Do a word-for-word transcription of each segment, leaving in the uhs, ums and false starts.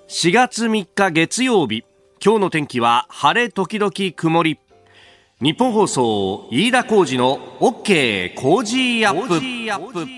しがつみっか月曜日、今日の天気は晴れ時々曇り。日本放送飯田浩司の OK 工事アップ。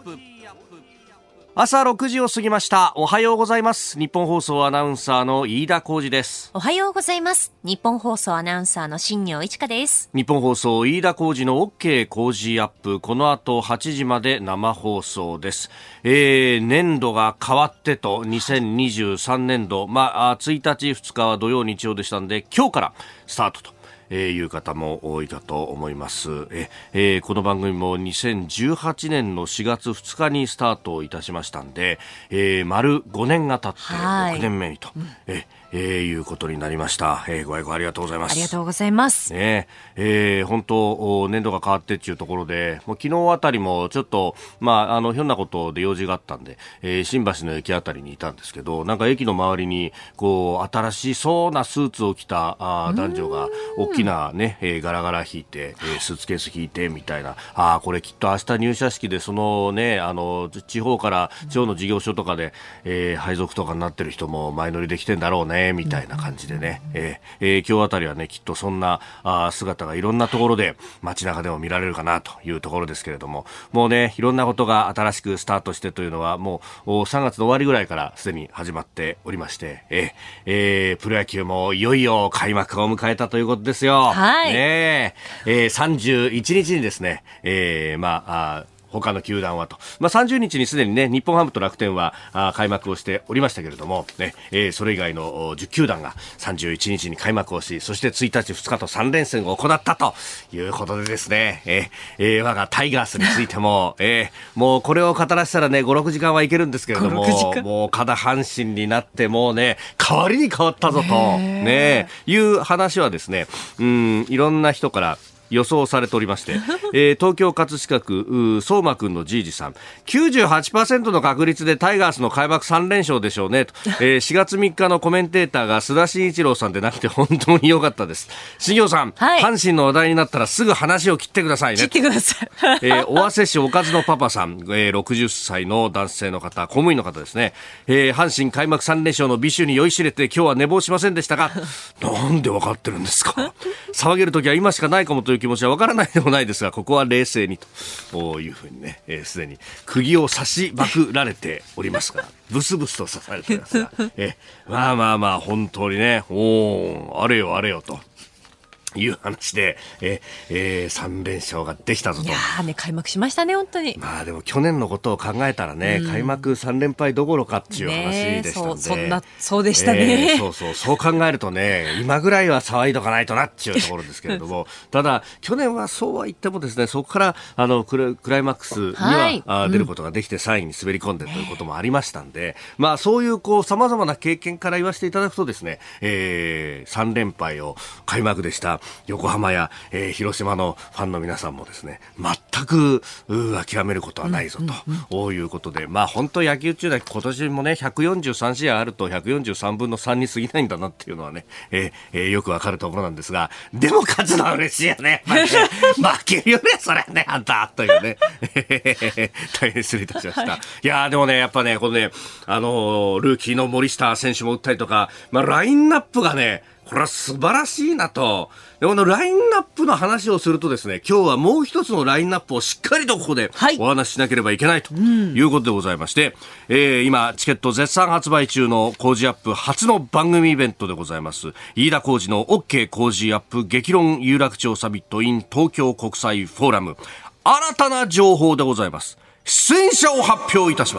朝ろくじを過ぎました。おはようございます。日本放送アナウンサーの飯田浩司です。 おはようございます。日本放送アナウンサーの新業一華です。 日本放送飯田浩司の OK 工事アップ、この後はちじまで生放送です。えー、年度が変わってとにせんにじゅうさんねんど、まあ、ついたちふつかは土曜日曜でしたんで、今日からスタートとえー、いう方も多いかと思います。え、えー、この番組もにせんじゅうはちねんのしがつふつかにスタートいたしましたんで、えー、丸ごねんが経ってろくねんめにと、ええー、いうことになりました。えー、ご愛顧ありがとうございます。 ありがとうございます。 ねえー、本当年度が変わってっていうところで、もう昨日あたりもちょっとまああのひょんなことで用事があったんで、えー、新橋の駅あたりにいたんですけど、なんか駅の周りにこう新しそうなスーツを着たあ男女が大きなね、えー、ガラガラ引いて、えー、スーツケース引いてみたいな、ああこれきっと明日入社式でそのねあの地方から地方の事業所とかで、えー、配属とかになってる人も前乗りで来てんだろうねみたいな感じでね、えーえー、今日あたりはねきっとそんなあ姿がいろんなところで街中でも見られるかなというところですけれども、もうねいろんなことが新しくスタートしてというのはもうさんがつの終わりぐらいからすでに始まっておりまして、えーえー、プロ野球もいよいよ開幕を迎えたということですよ。 はい、 ねえー、さんじゅういちにちにですね、えー、まああ他の球団はと、まあ、さんじゅうにちにすでにね日本ハムと楽天はあ開幕をしておりましたけれども、ねえー、それ以外のじゅっきゅうだんがさんじゅういちにちに開幕をし、そしてついたちふつかとさんれんせんを行ったということでですね、えーえー、我がタイガースについても、えー、もうこれを語らせたらねごろくじかんはいけるんですけれども、もうcada阪神になってもうね代わりに変わったぞと、ね、いう話はですね、うん、いろんな人から予想されておりまして、えー、東京葛飾区相馬くんのじいじさん きゅうじゅうはちパーセント の確率でタイガースの開幕さんれんしょうでしょうねと、えー、しがつみっかのコメンテーターが須田慎一郎さんでなくて本当に良かったです。新業さん、はい、阪神の話題になったらすぐ話を切ってくださいね。 切ってください、 えー、尾鷲市おかずのパパさん、えー、ろくじゅっさいの男性の方、公務員の方ですね、えー、阪神開幕さんれんしょうの美酒に酔いしれて今日は寝坊しませんでしたがなんで分かってるんですか。騒げるときは今しかないかもという気持ちは分からないでもないですが、ここは冷静にというふうにね、すで、えー、に釘を刺しまくられておりますがブスブスと刺されていますが、えー、まあまあまあ本当にね、おーあれよあれよという話で、ええー、さんれんしょうができたぞと。 いやーね、開幕しましたね本当に。 まあでも去年のことを考えたらね、うん、開幕さんれんぱいどころかっていう話でしたんで、 ね、そうそんなそうでしたね、 えー、そうそうそう考えるとね今ぐらいは騒いどかないとなっていうところですけれどもただ去年はそうは言ってもですね、そこからあのクラ、クライマックスには、はい、あ出ることができてさんいに滑り込んでということもありましたんで、ね、まあそういうこう様々な経験から言わせていただくとですね、えー、さんれんぱいを開幕でした横浜や、えー、広島のファンの皆さんもですね全く諦めることはないぞと、うんうん、いうことで、まあ本当野球中だけ今年もねひゃくよんじゅうさんしあいあるとひゃくよんじゅうさんぶんのさんに過ぎないんだなっていうのはね、えーえー、よくわかるところなんですが、でも勝つのは嬉しいよね、まあね負けるよねそれねあんたというね大変失礼いたしました、はい、いやでもねやっぱねこのねあのー、ルーキーの森下選手も打ったりとか、まあ、ラインナップがねこれは素晴らしいなと。でこのラインナップの話をするとですね、今日はもう一つのラインナップをしっかりとここでお話ししなければいけないということでございまして、うんえー、今チケット絶賛発売中のコージアップ初の番組イベントでございます飯田浩司の OK コージアップ激論有楽町サミット in 東京国際フォーラム、新たな情報でございます。出演者を発表いたします。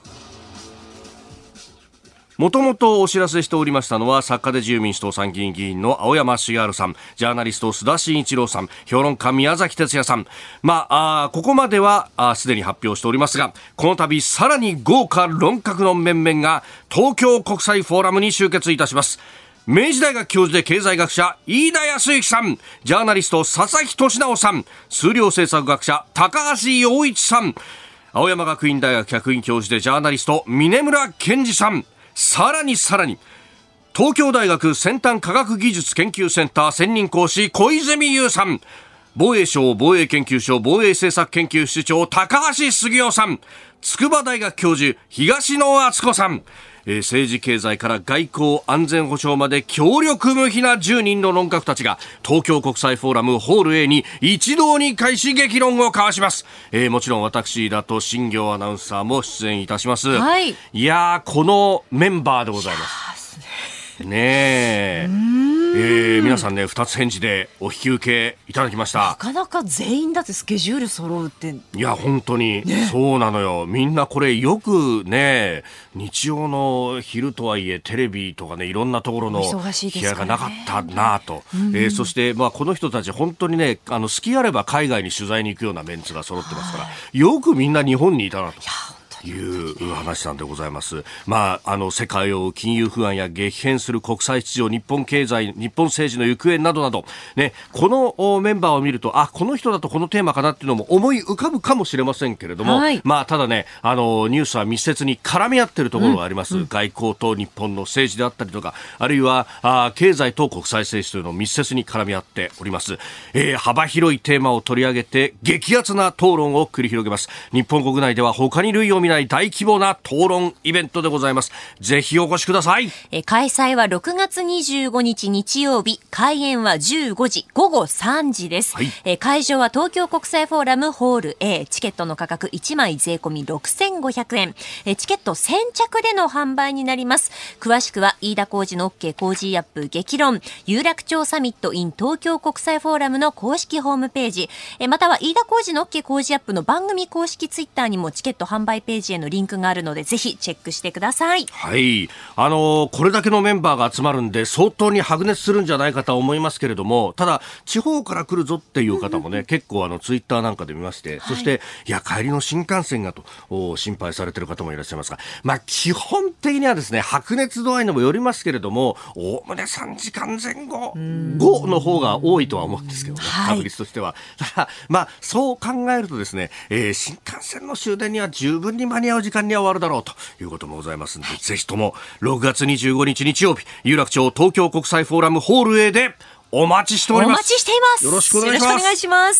もともとお知らせしておりましたのは作家で自由民主党参議院議員の青山茂春さん、ジャーナリスト須田慎一郎さん、評論家宮崎哲也さん、まあ、あここまではすでに発表しておりますが、この度さらに豪華論客の面々が東京国際フォーラムに集結いたします。明治大学教授で経済学者飯田康之さん、ジャーナリスト佐々木俊直さん、数量政策学者高橋洋一さん、青山学院大学客員教授でジャーナリスト峯村健二さん、さらにさらに東京大学先端科学技術研究センター専任講師小泉悠さん、防衛省防衛研究所防衛政策研究室長高橋杉雄さん、筑波大学教授東野篤子さん、 えー、政治経済から外交安全保障まで強力無比なじゅうにんの論客たちが東京国際フォーラムホール A に一堂に会し激論を交わします。えー、もちろん私だと新業アナウンサーも出演いたします。はい、いやーこのメンバーでございます。ねええー、皆さんねふたつ返事でお引き受けいただきました。 なかなか全員だってスケジュール揃うって。 いや本当に、ね、そうなのよ。みんなこれよくね日曜の昼とはいえテレビとかねいろんなところの気合がなかったなと、えー、そして、まあ、この人たち本当にねあの好きあれば海外に取材に行くようなメンツが揃ってますから、はい、よくみんな日本にいたなという話なんでございます。まあ、あの世界を金融不安や激変する国際秩序、日本経済、日本政治の行方などなど、ね、このメンバーを見るとあこの人だとこのテーマかなっていうのも思い浮かぶかもしれませんけれども、はい、まあ、ただねあのニュースは密接に絡み合っているところがあります、うんうん、外交と日本の政治であったりとかあるいはあ経済と国際政治というのを密接に絡み合っております。えー、幅広いテーマを取り上げて激アツな討論を繰り広げます。日本国内では他に類を見ない大規模な討論イベントでございます。ぜひお越しください。 え開催はろくがつにじゅうごにち日曜日、開演はじゅうごじ、ごごさんじです。はい、え会場は東京国際フォーラムホール A、チケットの価格いちまい税込みろくせんごひゃくえん、えチケット先着での販売になります。詳しくは飯田浩司の OK コージーアップ激論有楽町サミット in 東京国際フォーラムの公式ホームページ、えまたは飯田浩司の OK コージーアップの番組公式ツイッターにもチケット販売ページへのリンクリンクがあるのでぜひチェックしてください。 はい、あのー、これだけのメンバーが集まるんで相当に白熱するんじゃないかと思いますけれども、ただ地方から来るぞっていう方もね結構あのツイッターなんかで見まして、はい、そしていや帰りの新幹線がと心配されている方もいらっしゃいますが、まあ基本的にはですね白熱度合いにもよりますけれどもおおむねさんじかんぜん後ごの方が多いとは思うんですけどね、はい、確率としては。ただまあそう考えるとですね、えー、新幹線の終電には十分に間に合う時間には終わるだろうということもございますので、ぜひともろくがつにじゅうごにち日曜日有楽町東京国際フォーラムホール A でお待ちしております。 お待ちしています。 よろしくお願いします。 よろしくお願いします。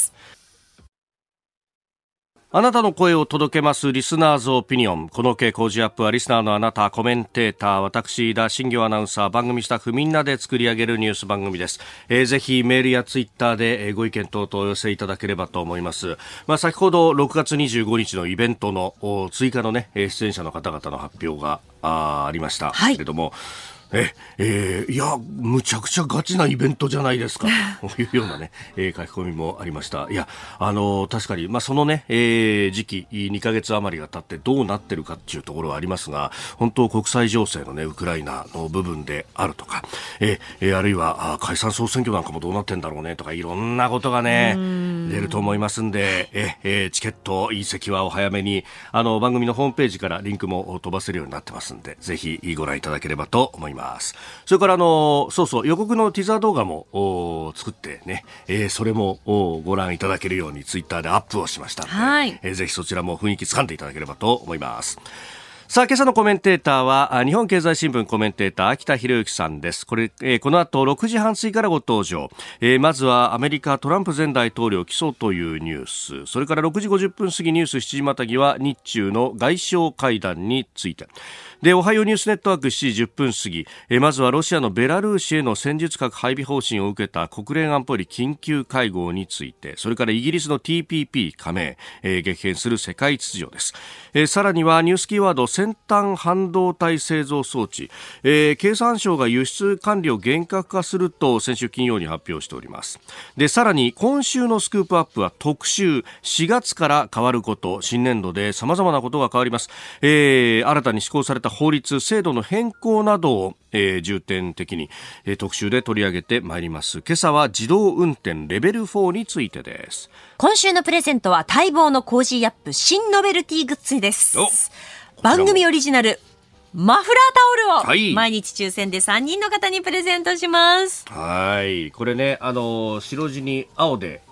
あなたの声を届けますリスナーズオピニオン。この傾向ジアップはリスナーのあなた、コメンテーター、私、田新行アナウンサー、番組スタッフみんなで作り上げるニュース番組です。えー、ぜひメールやツイッターでご意見等々お寄せいただければと思います。まあ、先ほどろくがつにじゅうごにちのイベントの追加のね、出演者の方々の発表が あ, ありましたけれども、はいええー、いやむちゃくちゃガチなイベントじゃないですかというようなね、えー、書き込みもありました。いやあのー、確かに、まあ、そのね、えー、時期にかげつ余りが経ってどうなってるかっていうところはありますが、本当国際情勢のねウクライナの部分であるとか、えー、あるいはあ解散総選挙なんかもどうなってんだろうねとかいろんなことがね出ると思いますんで、ええー、チケットいい席はお早めにあの番組のホームページからリンクも飛ばせるようになってますんで、ぜひご覧いただければと思います。それからあのそうそう予告のティザー動画も作ってね、えー、それもご覧いただけるようにツイッターでアップをしましたので、はいえー、ぜひそちらも雰囲気掴んでいただければと思います。さあ今朝のコメンテーターは日本経済新聞コメンテーター秋田博之さんです。これ、えー、この後ろくじはん過ぎからご登場、えー、まずはアメリカトランプ前大統領起訴というニュース、それからろくじごじゅっぷん過ぎニュースしちじまたぎは日中の外相会談についてで、おはようニュースネットワークしちじじゅっぷん過ぎ、えー、まずはロシアのベラルーシへの戦術核配備方針を受けた国連安保理緊急会合について、それからイギリスの ティーピーピー 加盟、えー、激変する世界秩序です。えー、さらにはニュースキーワード先端半導体製造装置、えー、経産省が輸出管理を厳格化すると先週金曜に発表しております。で、さらに今週のスクープアップは特集、しがつから変わること、新年度で様々なことが変わります。えー、新たに施行された法律制度の変更などを、えー、重点的に、えー、特集で取り上げてまいります。今朝は自動運転レベルフォーについてです。 今週のプレゼントは待望のコージーアップ新ノベルティグッズです。番組オリジナルマフラータオルを、はい、毎日抽選でさんにんの方にプレゼントします。 はい、これねあの白地に青で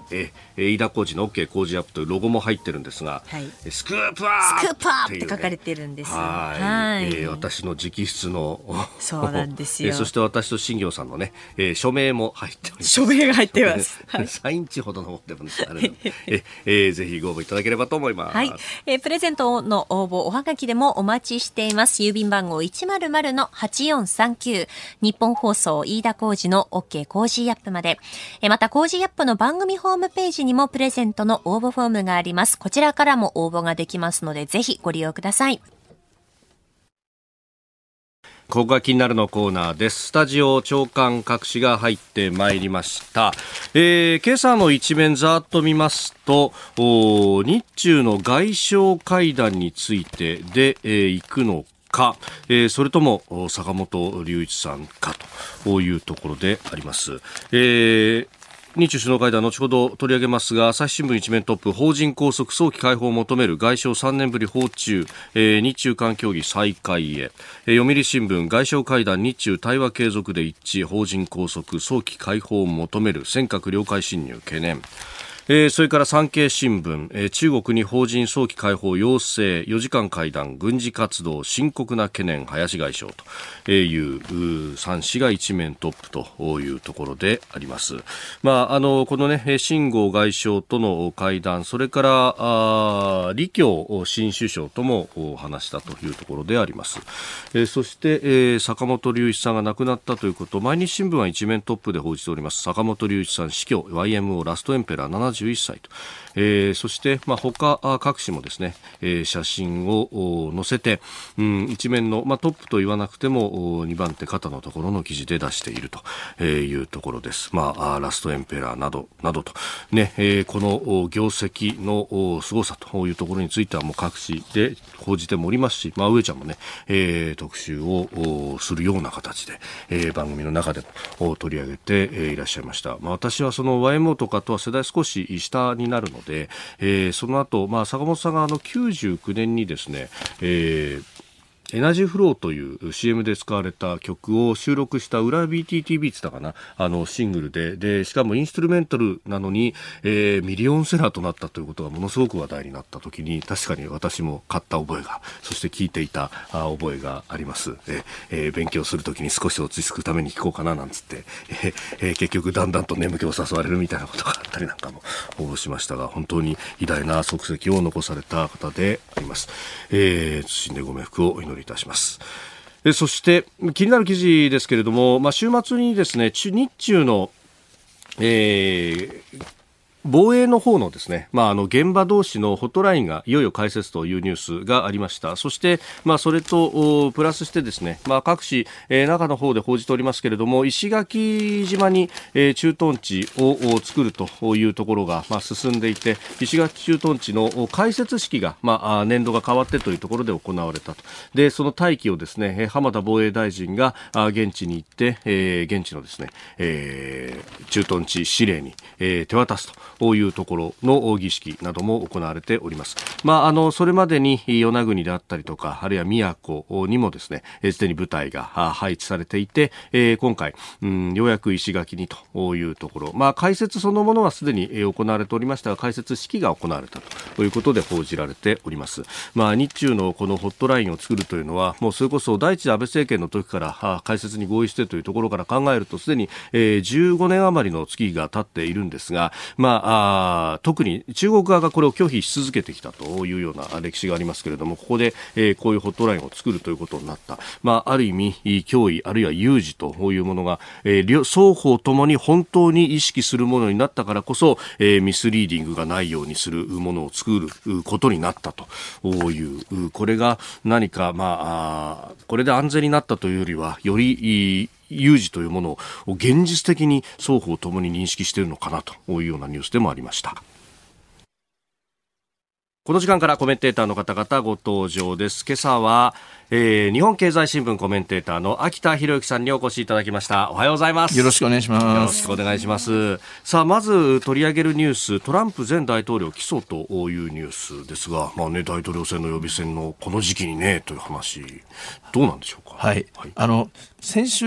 え飯田浩司の OK 工事アップというロゴも入ってるんですが、はい、スクープアップ、 スクープアップって書かれてるんです。 はい、はい、えー、私の直筆のそうなんですよ、 えー、そして私と新行さんのね、えー、署名も入っております。 署名が入ってます、はい、 さんインチほどの持ってるんですあれえ、えー、ぜひご応募いただければと思います。 はい、えー、プレゼントの応募おはがきでもお待ちしています。郵便番号 いちまるまるのはちよんさんきゅう 日本放送飯田浩司の OK コージーアップまで。えまたコージーアップの番組ホームページにもプレゼントの応募フォームがあります。こちらからも応募ができますのでぜひご利用ください。 ここが気になるのコーナーです。スタジオ長官各紙が入ってまいりました。えー、今朝の一面ざーっと見ますと、日中の外相会談についてで、えー、行くのか、えー、それとも坂本龍一さんかというところであります。えー日中首脳会談後ほど取り上げますが、朝日新聞一面トップ、邦人拘束早期解放を求める外相さんねんぶり訪中、えー、日中間協議再開へ、えー、読売新聞、外相会談日中対話継続で一致、邦人拘束早期解放を求める尖閣領海侵入懸念。えー、それから産経新聞、えー、中国に邦人早期解放要請、よじかん会談、軍事活動深刻な懸念、林外相というさん紙が一面トップというところであります。まあ、あのこのね秦剛外相との会談、それからあ李強新首相とも話したというところであります。えー、そして、えー、坂本龍一さんが亡くなったということ、毎日新聞は一面トップで報じております。坂本龍一さん死去、 ワイエムオー ラストエンペラーななじゅういっさいと、えー、そして、まあ、他各紙もですね、えー、写真を載せて、うん、一面の、まあ、トップと言わなくてもにばん手肩のところの記事で出しているというところです。まあ、ラストエンペラーなどなどと、ね、えー、この業績の凄さというところについてはもう各紙で報じてもおりますし、まあ、上ちゃんもね、えー、特集をするような形で、えー、番組の中でも取り上げていらっしゃいました。まあ、私はその ワイエムオー とかとは世代少し下になるので、えー、その後、まあ、坂本さんがあのきゅうじゅうきゅうねんにですね、えーエナジーフローという シーエム で使われた曲を収録した裏 ビーティーティービー って言ったかな、あのシングルで、でしかもインストゥルメンタルなのに、えー、ミリオンセラーとなったということがものすごく話題になった時に、確かに私も買った覚えが、そして聴いていたあ覚えがあります。えーえー、勉強する時に少し落ち着くために聴こうかななんつって、えーえー、結局だんだんと眠気を誘われるみたいなことがあったりなんかもしましたが、本当に偉大な足跡を残された方であります。えー、謹んでご冥福をお祈りいたします。えそして気になる記事ですけれども、まあ、週末にですね、日中の、えー防衛の方のですね、まあ、あの現場同士のホットラインがいよいよ開設というニュースがありました。そして、まあ、それとプラスしてですね、まあ、各紙、えー、中の方で報じておりますけれども、石垣島に、えー、駐屯地を作るというところが、まあ、進んでいて、石垣駐屯地の開設式が、まあ、年度が変わってというところで行われたと。で、その待機をですね、浜田防衛大臣が現地に行って、えー、現地のですね、えー、駐屯地司令に、えー、手渡すと。こういうところの儀式なども行われております。まあ、あのそれまでに与那国であったりとか、あるいは宮古にもですね、すでに部隊が配置されていて、えー、今回、うん、ようやく石垣にというところ、まあ、開設そのものはすでに行われておりましたが、開設式が行われたということで報じられております。まあ、日中のこのホットラインを作るというのは、もうそれこそ第一次安倍政権の時から開設に合意してというところから考えると、すでにじゅうごねん余りの月が経っているんですが、まああ特に中国側がこれを拒否し続けてきたというような歴史がありますけれども、ここで、えー、こういうホットラインを作るということになった、まあ、ある意味脅威あるいは有事というものが、えー、双方ともに本当に意識するものになったからこそ、えー、ミスリーディングがないようにするものを作ることになったという、これが何か、まあ、これで安全になったというよりはより有事というものを現実的に双方ともに認識しているのかなというようなニュースでもありました。この時間からコメンテーターの方々ご登場です。今朝は、えー、日本経済新聞コメンテーターの秋田博之さんにお越しいただきました。おはようございます。 よろしくお願いします。 よろしくお願いします。さあ、まず取り上げるニュース、トランプ前大統領起訴というニュースですが、まあね、大統領選の予備選のこの時期にねという話、どうなんでしょうか。 はい、はい、あの先週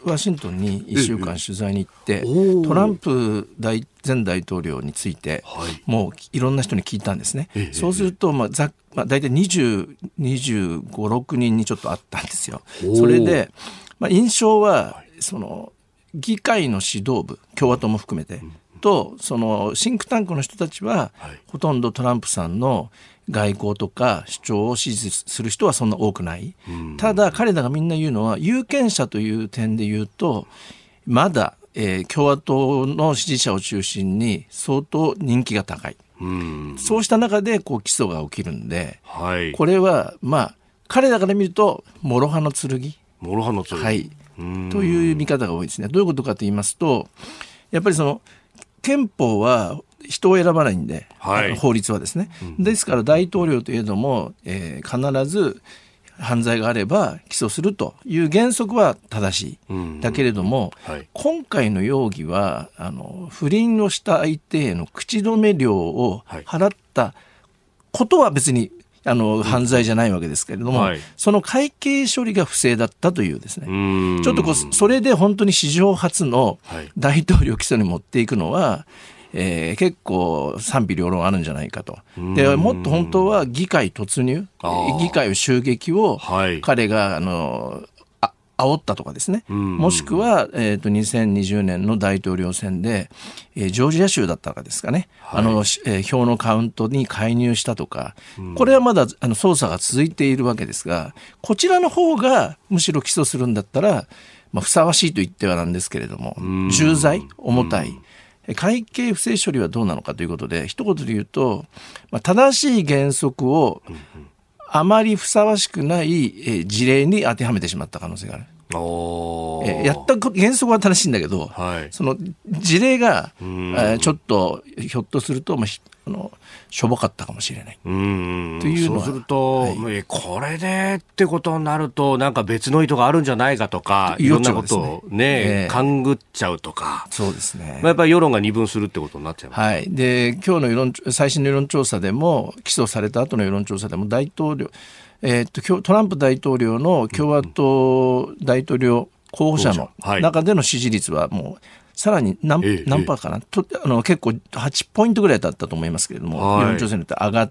ワシントンにいっしゅうかん取材に行って、トランプ大前大統領について、はい、もういろんな人に聞いたんですね。そうすると、まあざまあ、大体にじゅう、にじゅうご、ろくにんにちょっとあったんですよ。それで、まあ、印象はその議会の指導部、共和党も含めて、とそのシンクタンクの人たちは、はい、ほとんどトランプさんの外交とか主張を支持する人はそんな多くない。ただ彼らがみんな言うのは、有権者という点で言うとまだ、えー、共和党の支持者を中心に相当人気が高い。うんそうした中でこう起訴が起きるんで、はい、これはまあ彼らから見ると諸刃の剣、 諸刃の剣、 はい、という見方が多いですね。どういうことかと言いますと、やっぱりその憲法は人を選ばないんで、はい、法律はですね、うん、ですから大統領といえども、えー、必ず犯罪があれば起訴するという原則は正しい、うん、だけれども、はい、今回の容疑はあの不倫をした相手への口止め料を払ったことは別にあの犯罪じゃないわけですけれども、はい、その会計処理が不正だったというですね、うんちょっとこうそれで本当に史上初の大統領起訴に持っていくのは、えー、結構賛否両論あるんじゃないかと。でもっと本当は議会突入、議会を襲撃を彼があのあ煽ったとかですね、もしくは、えー、とにせんにじゅうねんの大統領選で、えー、ジョージア州だったかですかね、はい、あのえー、票のカウントに介入したとか、これはまだあの捜査が続いているわけですが、こちらの方がむしろ起訴するんだったら、まあ、ふさわしいと言ってはなんですけれども、重罪、重たい。会計不正処理はどうなのかということで、一言で言うと、まあ、正しい原則をあまりふさわしくない事例に当てはめてしまった可能性がある。おえやった原則は正しいんだけど、はい、その事例がえちょっとひょっとすると、まあ、あのしょぼかったかもしれないうんというのは、そうすると、はい、これでってことになると、なんか別の意図があるんじゃないかとか、いろんなことをね、えー、勘ぐっちゃうとか、 そうですね、 まあ、やっぱり世論が二分するってことになっちゃいます、 はい、で今日の世論最新の世論調査でも、起訴された後の世論調査でも、大統領えー、とトランプ大統領の共和党大統領候補者の中での支持率はもうさらに 何,、ええ、何パーかな、とあの結構はちポイントぐらいだったと思いますけれども、はい、世論調査によって上がって、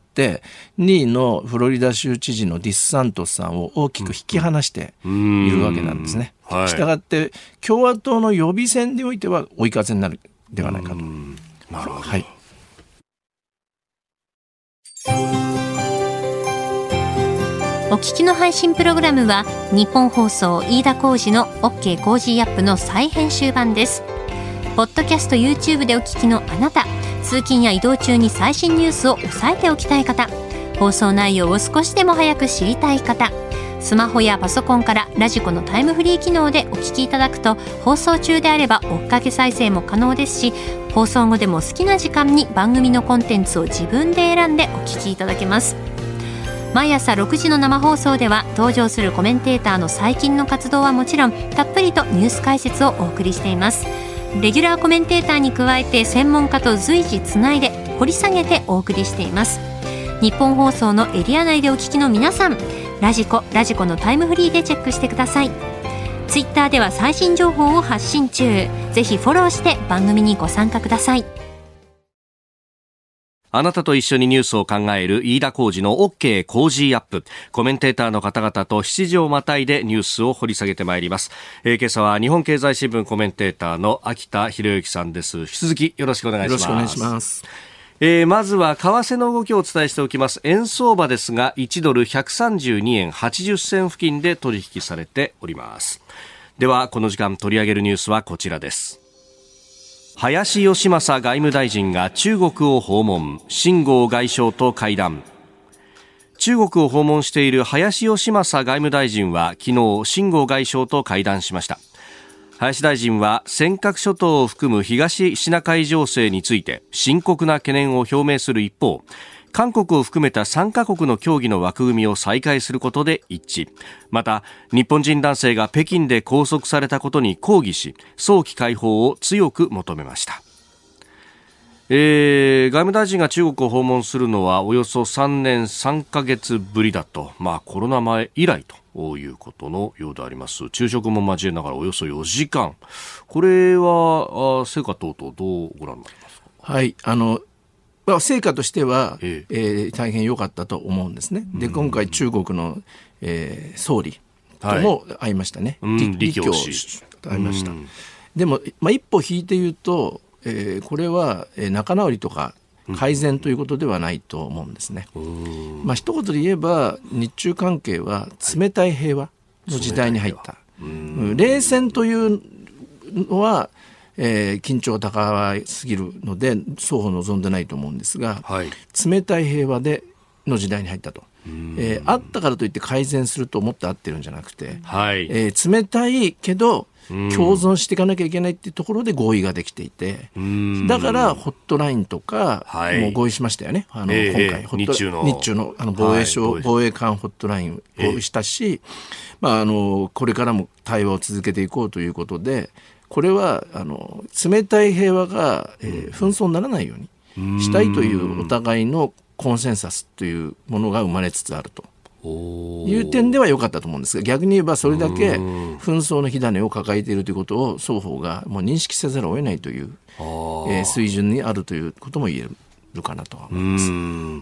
にいのフロリダ州知事のディスサントスさんを大きく引き離しているわけなんですね。はい、したがって共和党の予備選においては追い風になるではないかと。 なるほど、 はい。 お聞きの配信プログラムは日本放送飯田浩司の OK コージーアップの再編集版です。ポッドキャスト YouTube でお聞きのあなた、通勤や移動中に最新ニュースを押さえておきたい方、放送内容を少しでも早く知りたい方、スマホやパソコンからラジコのタイムフリー機能でお聞きいただくと、放送中であれば追っかけ再生も可能ですし、放送後でも好きな時間に番組のコンテンツを自分で選んでお聞きいただけます。毎朝ろくじの生放送では、登場するコメンテーターの最近の活動はもちろん、たっぷりとニュース解説をお送りしています。レギュラーコメンテーターに加えて、専門家と随時つないで掘り下げてお送りしています。日本放送のエリア内でお聞きの皆さん、ラジコ、ラジコのタイムフリーでチェックしてください。ツイッターでは最新情報を発信中。ぜひフォローして番組にご参加ください。 あなたと一緒にニュースを考える飯田浩司の OK コージーアップ。コメンテーターの方々としちじをまたいでニュースを掘り下げてまいります。えー、今朝は日本経済新聞コメンテーターの秋田博之さんです。引き続きよろしくお願いします。 よろしくお願いします。 えー、まずは為替の動きをお伝えしておきます。円相場ですが、いちドルひゃくさんじゅうにえんはちじゅっせん付近で取引されております。ではこの時間取り上げるニュースはこちらです。林芳正外務大臣が中国を訪問、秦剛外相と会談。中国を訪問している林芳正外務大臣は昨日、秦剛外相と会談しました。林大臣は尖閣諸島を含む東シナ海情勢について深刻な懸念を表明する一方、韓国を含めたさんカ国の協議の枠組みを再開することで一致。また、日本人男性が北京で拘束されたことに抗議し、早期解放を強く求めました。 えー、外務大臣が中国を訪問するのはおよそさんねんさんかげつぶりだと、まあ、コロナ前以来ということのようであります。昼食も交えながらおよそよじかん、これは成果等々どうご覧になりますか？ はい、あのまあ、成果としては、えええー、大変良かったと思うんですね。で今回中国の、えー、総理とも会いましたね、はい、李強氏と会いました。でも、まあ、一歩引いて言うと、えー、これは、えー、仲直りとか改善ということではないと思うんですね。まあ、一言で言えば日中関係は冷たい平和の時代に入った、はい、冷戦というのはえー、緊張が高すぎるので双方望んでないと思うんですが、はい、冷たい平和での時代に入ったと、えー、あったからといって改善すると思って合ってるんじゃなくて、はい、えー、冷たいけど共存していかなきゃいけないっていうところで合意ができていて、だからホットラインとかも合意しましたよね、はい、あの今回ホット、えー、日中の、日中の、あの防衛省、はい、防衛官ホットライン合意したし、えーまあ、あのこれからも対話を続けていこうということで、これはあの冷たい平和が、えー、紛争にならないようにしたいというお互いのコンセンサスというものが生まれつつあるという点では良かったと思うんですが、逆に言えばそれだけ紛争の火種を抱えているということを双方がもう認識せざるを得ないという、えー、水準にあるということも言えるるかなとは思います。うん、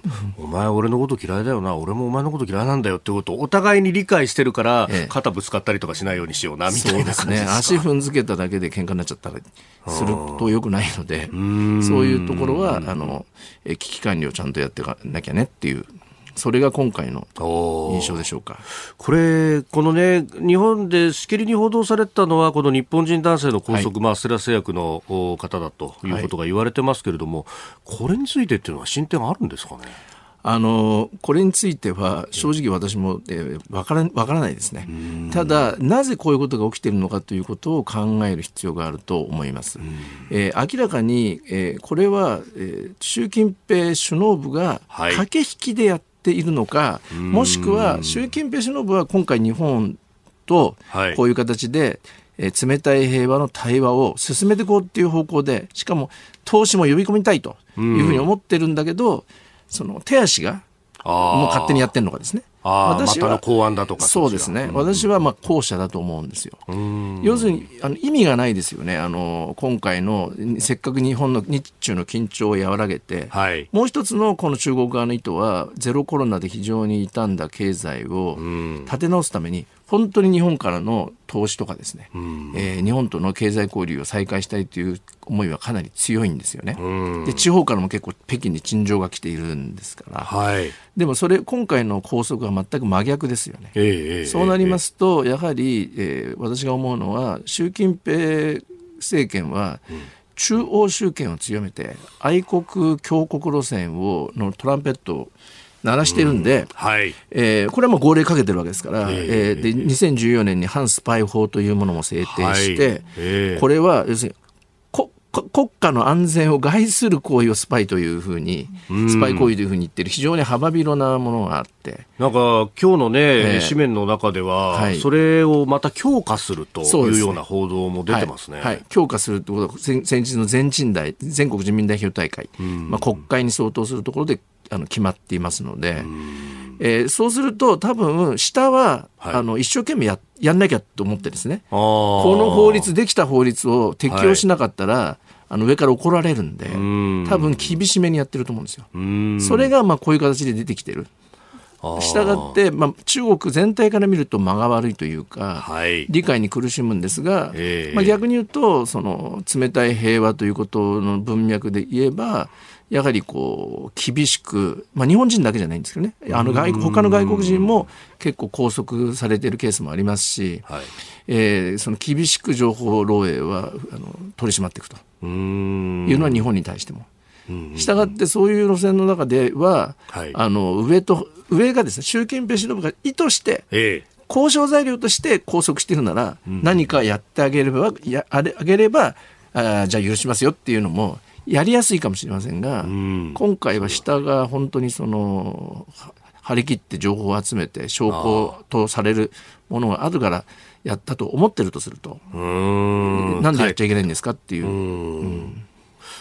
お前俺のこと嫌いだよな、俺もお前のこと嫌いなんだよってことをお互いに理解してるから、ええ、肩ぶつかったりとかしないようにしようなみたいな感じですか。そうですね、 足踏んづけただけで喧嘩になっちゃったりすると良くないので、そういうところはあの危機管理をちゃんとやっていかなきゃねっていう、それが今回の印象でしょうか。 これこのね、日本でしきりに報道されたのはこの日本人男性の拘束、はい、まあ、アステラ製薬の方だということが言われてますけれども、はい、これについてっていうのは進展あるんですかね。 あのこれについては正直私も、えー、分から、分からないですね。ただなぜこういうことが起きているのかということを考える必要があると思います。えー、明らかに、えー、これは、えー、習近平首脳部が駆け引きでやってているのか、もしくは習近平首脳部は今回日本とこういう形で、はい、え冷たい平和の対話を進めていこうっていう方向で、しかも投資も呼び込みたいというふうに思ってるんだけど、その手足がもう勝手にやってるのかですね。 あ私はまたの公安だとか。 そうですね、私はまあ後者だと思うんですよ。要するにあの意味がないですよね。あの今回のせっかく日本の日中の緊張を和らげて、はい、もう一つのこの中国側の意図はゼロコロナで非常に傷んだ経済を立て直すために本当に日本からの投資とかですね、えー、日本との経済交流を再開したいという思いはかなり強いんですよね。で地方からも結構北京に陳情が来ているんですから、はい、でもそれ今回の拘束は全く真逆ですよね。えー、そうなりますと、えー、やはり、えー、私が思うのは習近平政権は、うん中央集権を強めて愛国強国路線をのトランペットを鳴らしているんで、うんはいえー、これはもう号令かけてるわけですから、えーえー、でにせんじゅうよねんに反スパイ法というものも制定して、はいえー、これは要するに国家の安全を害する行為をスパイというふうにスパイ行為というふうに言ってる非常に幅広なものがあって、 なんか今日のね、えー、紙面の中では、はい、それをまた強化するというような報道も出てますね。 はいはい、強化するということは先日の全人代全国人民代表大会、まあ、国会に相当するところであの決まっていますので、えー、そうすると多分下は、はい、あの一生懸命 や, やんなきゃと思ってですね、この法律できた法律を適用しなかったら、はい、あの上から怒られるんで多分厳しめにやってると思うんですよ。それがまあこういう形で出てきてる。したがって、まあ、中国全体から見ると間が悪いというか、はい、理解に苦しむんですが、えーまあ、逆に言うとその冷たい平和ということの文脈で言えばやはりこう厳しく、まあ、日本人だけじゃないんですけどね、あの外他の外国人も結構拘束されているケースもありますし、はいえー、その厳しく情報漏洩はあの取り締まっていくというのは日本に対しても。したがってそういう路線の中では、はい、あの上と上がですね習近平指導部が意図して交渉材料として拘束しているなら、うん、何かやってあげればやあげればあじゃあ許しますよっていうのもやりやすいかもしれませんが、うん、今回は下が本当にその張り切って情報を集めて証拠とされるものがあるからやったと思ってるとすると、うーんなんでやっちゃいけないんですかっていう。うん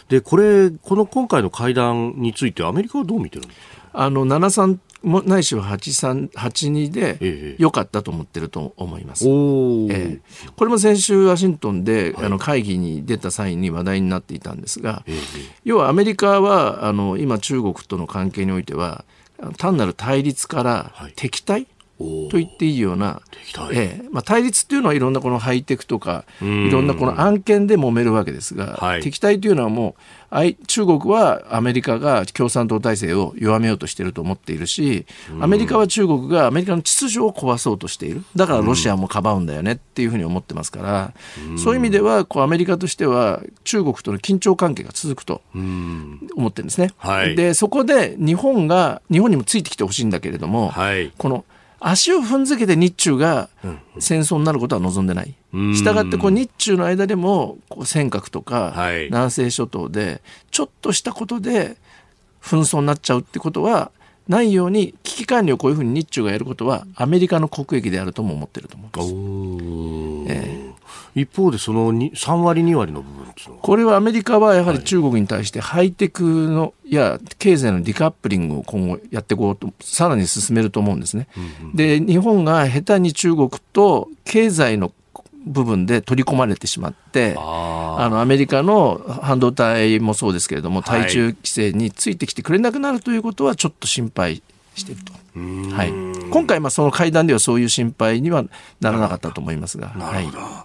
でこれこの今回の会談についてアメリカはどう見てるんですか。 あのななさんもないしははちさん、はちにで良かったと思ってると思います、ええ、これも先週ワシントンで、はい、あの会議に出た際に話題になっていたんですが、ええ、要はアメリカはあの今中国との関係においては単なる対立から敵対、はいと言っていいような、ええまあ、対立っていうのはいろんなこのハイテクとかいろんなこの案件で揉めるわけですが、はい、敵対というのはもう中国はアメリカが共産党体制を弱めようとしていると思っているし、アメリカは中国がアメリカの秩序を壊そうとしている。だからロシアもかばうんだよねっていうふうに思ってますから、そういう意味ではこうアメリカとしては中国との緊張関係が続くと思ってるんですね、はい、でそこで日本が日本にもついてきてほしいんだけれども、はい、この足を踏んづけて日中が戦争になることは望んでない。したがってこう日中の間でもこう尖閣とか南西諸島でちょっとしたことで紛争になっちゃうってことはないように危機管理をこういうふうに日中がやることはアメリカの国益であるとも思っていると思います。えー一方でそのさんわりにわりの部分ですのこれはアメリカはやはり中国に対してハイテクのや経済のディカップリングを今後やっていこうとさらに進めると思うんですね、うんうん、で日本が下手に中国と経済の部分で取り込まれてしまってああのアメリカの半導体もそうですけれども対中規制についてきてくれなくなるということはちょっと心配していると、はい、今回まあその会談ではそういう心配にはならなかったと思いますが。 なるほど、はい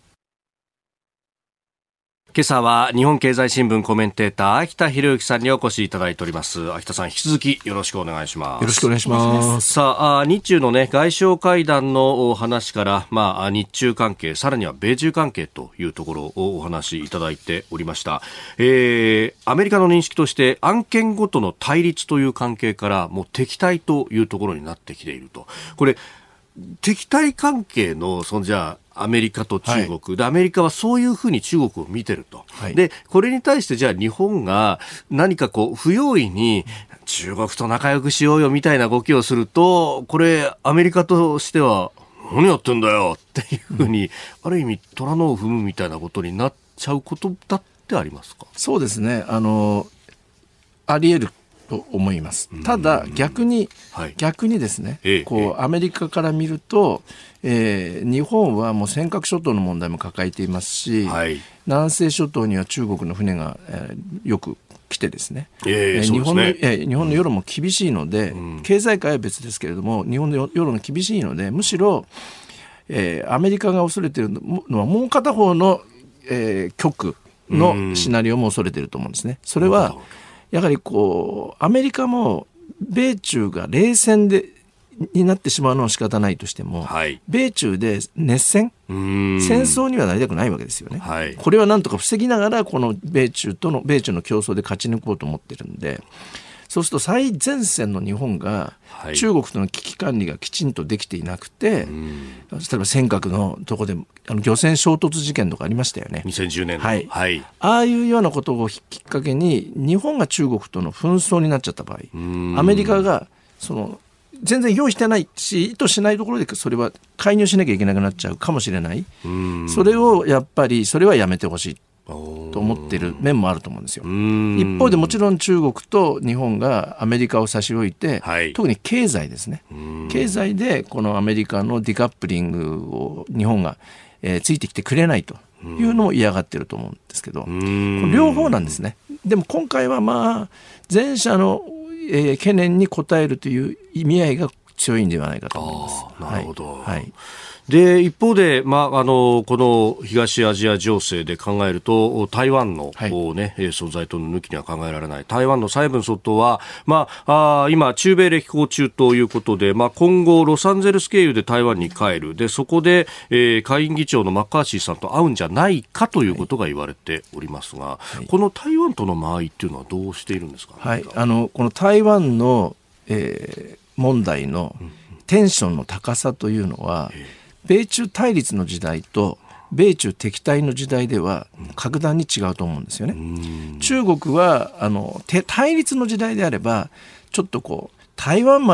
今朝は日本経済新聞コメンテーター秋田博之さんにお越しいただいております。秋田さん引き続きよろしくお願いします。 よろしくお願いします。 さあ日中のね外相会談の話から、まあ、日中関係さらには米中関係というところをお話しいただいておりました、えー、アメリカの認識として案件ごとの対立という関係からもう敵対というところになってきていると。これ敵対関係のそのじゃあアメリカと中国、はい、でアメリカはそういうふうに中国を見てると、はい、でこれに対してじゃあ日本が何かこう不用意に中国と仲良くしようよみたいな動きをするとこれアメリカとしては何やってんだよっていうふうに、うん、ある意味虎の尾を踏むみたいなことになっちゃうことだってありますか。 そうですね、あのあり得ると思います。ただ逆に、はい、逆にですね、ええ、こうアメリカから見ると、えー、日本はもう尖閣諸島の問題も抱えていますし、はい、南西諸島には中国の船が、えー、よく来てですね、えー、日本の、えー、日本の世論も厳しいので、うん、経済界は別ですけれども日本の世論が厳しいのでむしろ、えー、アメリカが恐れているのはもう片方の、えー、極のシナリオも恐れていると思うんですね。それはやはりこうアメリカも米中が冷戦でになってしまうのは仕方ないとしても、はい、米中で熱戦戦争にはなりたくないわけですよね、はい、これはなんとか防ぎながらこの米中との米中の競争で勝ち抜こうと思ってるんで、そうすると最前線の日本が中国との危機管理がきちんとできていなくて、はい、例えば尖閣のとこであの漁船衝突事件とかありましたよねにせんじゅうねんの、 はいはい、ああいうようなことをきっかけに日本が中国との紛争になっちゃった場合アメリカがその全然用意してないし意図しないところでそれは介入しなきゃいけなくなっちゃうかもしれない。それをやっぱりそれはやめてほしいと思っている面もあると思うんですよ。一方でもちろん中国と日本がアメリカを差し置いて、はい、特に経済ですね。経済でこのアメリカのディカップリングを日本が、えー、ついてきてくれないというのも嫌がってると思うんですけど、これ両方なんですね。でも今回はまあ前者のえー、懸念に応えるという意味合いが強いんではないかと思います。 なるほど、はいはい、で一方で、まあ、あのこの東アジア情勢で考えると台湾の、はいね、存在と抜きには考えられない台湾の蔡文総統は、まあ、あ今中米歴訪中ということで、まあ、今後ロサンゼルス経由で台湾に帰るでそこで、えー、下院議長のマッカーシーさんと会うんじゃないかということが言われておりますが、はい、この台湾との間合いっていうのはどうしているんですか、ね、 はい、あのこの台湾の、えー、問題のテンションの高さというのは、うん米中対立の時代と米中敵対の時代では格段に違うと思うんですよね。中国はあの対立の時代であればちょっとこう台湾まで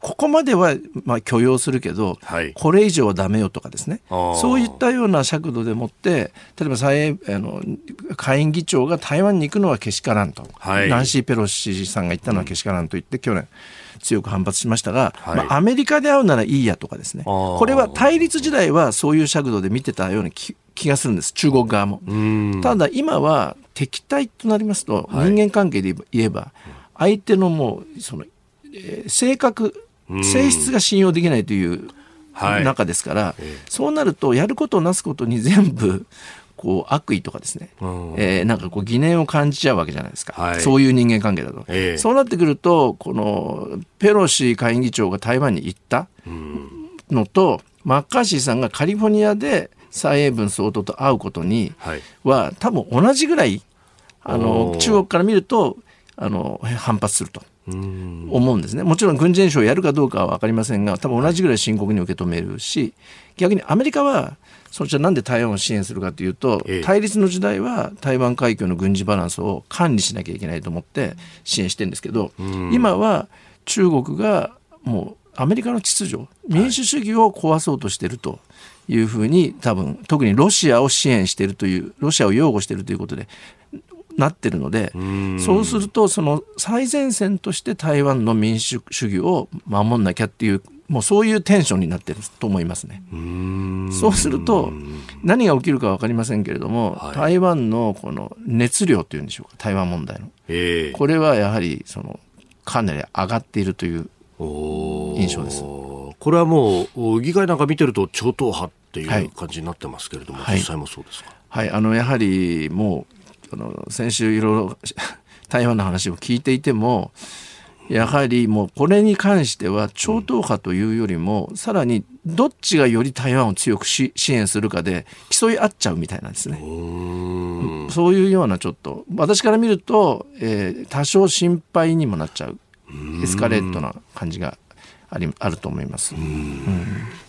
ここまではまあ許容するけど、はい、これ以上はダメよとかですね、そういったような尺度でもって例えば蔡あの下院議長が台湾に行くのはけしからんと、はい、ナンシー・ペロシさんが言ったのはけしからんと言って、うん、去年強く反発しましたが、はい、まあ、アメリカで会うならいいやとかですね、これは対立時代はそういう尺度で見てたような 気, 気がするんです、中国側も。ただ今は敵対となりますと、はい、人間関係で言えば相手のもうその、えー、性格性質が信用できないという中ですから、はい、そうなるとやることなすことに全部こう悪意とかですね、えー、なんかこう疑念を感じちゃうわけじゃないですか、はい、そういう人間関係だと、えー、そうなってくるとこのペロシ下院議長が台湾に行ったのと、マッカーシーさんがカリフォルニアで蔡英文総統と会うことには多分同じぐらいあの中国から見るとあの反発すると思うんですね。もちろん軍事演習をやるかどうかは分かりませんが、多分同じぐらい深刻に受け止めるし、逆にアメリカはそちらなんで台湾を支援するかというと、ええ、対立の時代は台湾海峡の軍事バランスを管理しなきゃいけないと思って支援してるんですけど、今は中国がもうアメリカの秩序、民主主義を壊そうとしているというふうに、多分特にロシアを支援しているという、ロシアを擁護しているということでなってるので、そうするとその最前線として台湾の民主主義を守んなきゃっていう、もうそういうテンションになってると思いますね。うーん、そうすると何が起きるか分かりませんけれども、はい、台湾のこの熱量というんでしょうか、台湾問題の、えー、これはやはりそのかなり上がっているという印象です。 これはもう議会なんか見てると超党派っていう感じになってますけれども、はい、実際もそうですか。 はい、はい、あのやはりもうあの先週いろいろ台湾の話を聞いていても、やはりもうこれに関しては超党派というよりも、うん、さらにどっちがより台湾を強く支援するかで競い合っちゃうみたいなんですね。うーん、そういうようなちょっと私から見ると、えー、多少心配にもなっちゃうエスカレートな感じがあり、あると思います。うん、うん、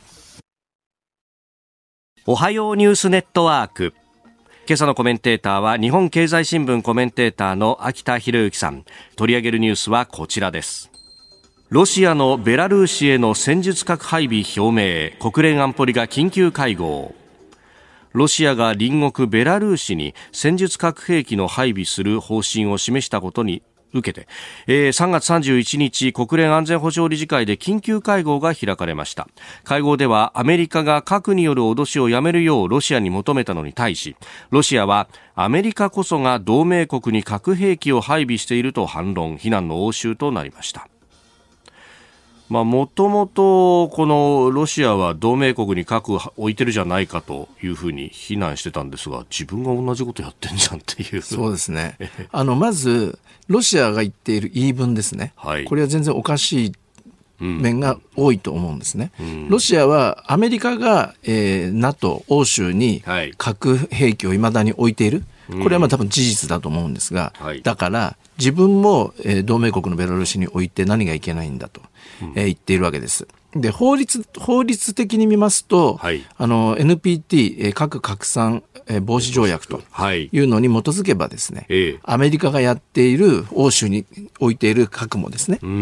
おはようニュースネットワーク、今朝のコメンテーターは日本経済新聞コメンテーターの秋田博之さん。取り上げるニュースはこちらです。ロシアのベラルーシへの戦術核配備表明、国連安保理が緊急会合。ロシアが隣国ベラルーシに戦術核兵器の配備する方針を示したことに受けて、えー、さんがつさんじゅういちにち国連安全保障理事会で緊急会合が開かれました。会合ではアメリカが核による脅しをやめるようロシアに求めたのに対し、ロシアはアメリカこそが同盟国に核兵器を配備していると反論、非難の応酬となりました。もともとこのロシアは同盟国に核を置いてるじゃないかというふうに非難してたんですが、自分が同じことやってんじゃんっていう。 そうですねあのまずロシアが言っている言い分ですね、はい、これは全然おかしい面が多いと思うんですね、うん、ロシアはアメリカが、えー、NATO 欧州に核兵器をいまだに置いている、これはまあ多分事実だと思うんですが、はい、だから自分も、えー、同盟国のベラルーシに置いて何がいけないんだと、うん、えー、言っているわけです。で法律法律的に見ますと、はい、あの エヌピーティー、えー、核拡散防止条約というのに基づけばですね、はい、アメリカがやっている欧州に置いている核もですね、うん、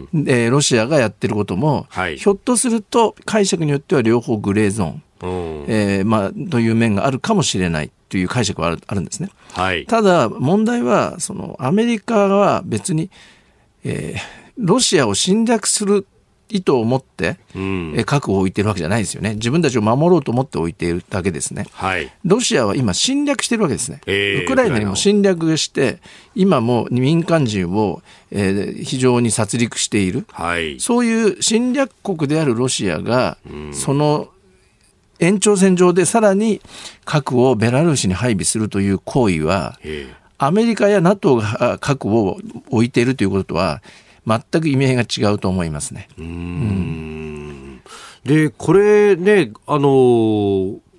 でロシアがやっていることも、はい、ひょっとすると解釈によっては両方グレーゾーン、えーまあ、という面があるかもしれないという解釈はある、あるんですね、はい、ただ問題はそのアメリカは別に、えー、ロシアを侵略する意図を持って、うん、核を置いてるわけじゃないですよね。自分たちを守ろうと思って置いているだけですね、はい、ロシアは今侵略してるわけですね、えー、ウクライナにも侵略して今も民間人を、えー、非常に殺戮している、はい、そういう侵略国であるロシアが、うん、その延長線上でさらに核をベラルーシに配備するという行為は、えー、アメリカや ナトー が核を置いているということとは全く意味合いが違うと思いますね。うーん、 うん、でこれね、あの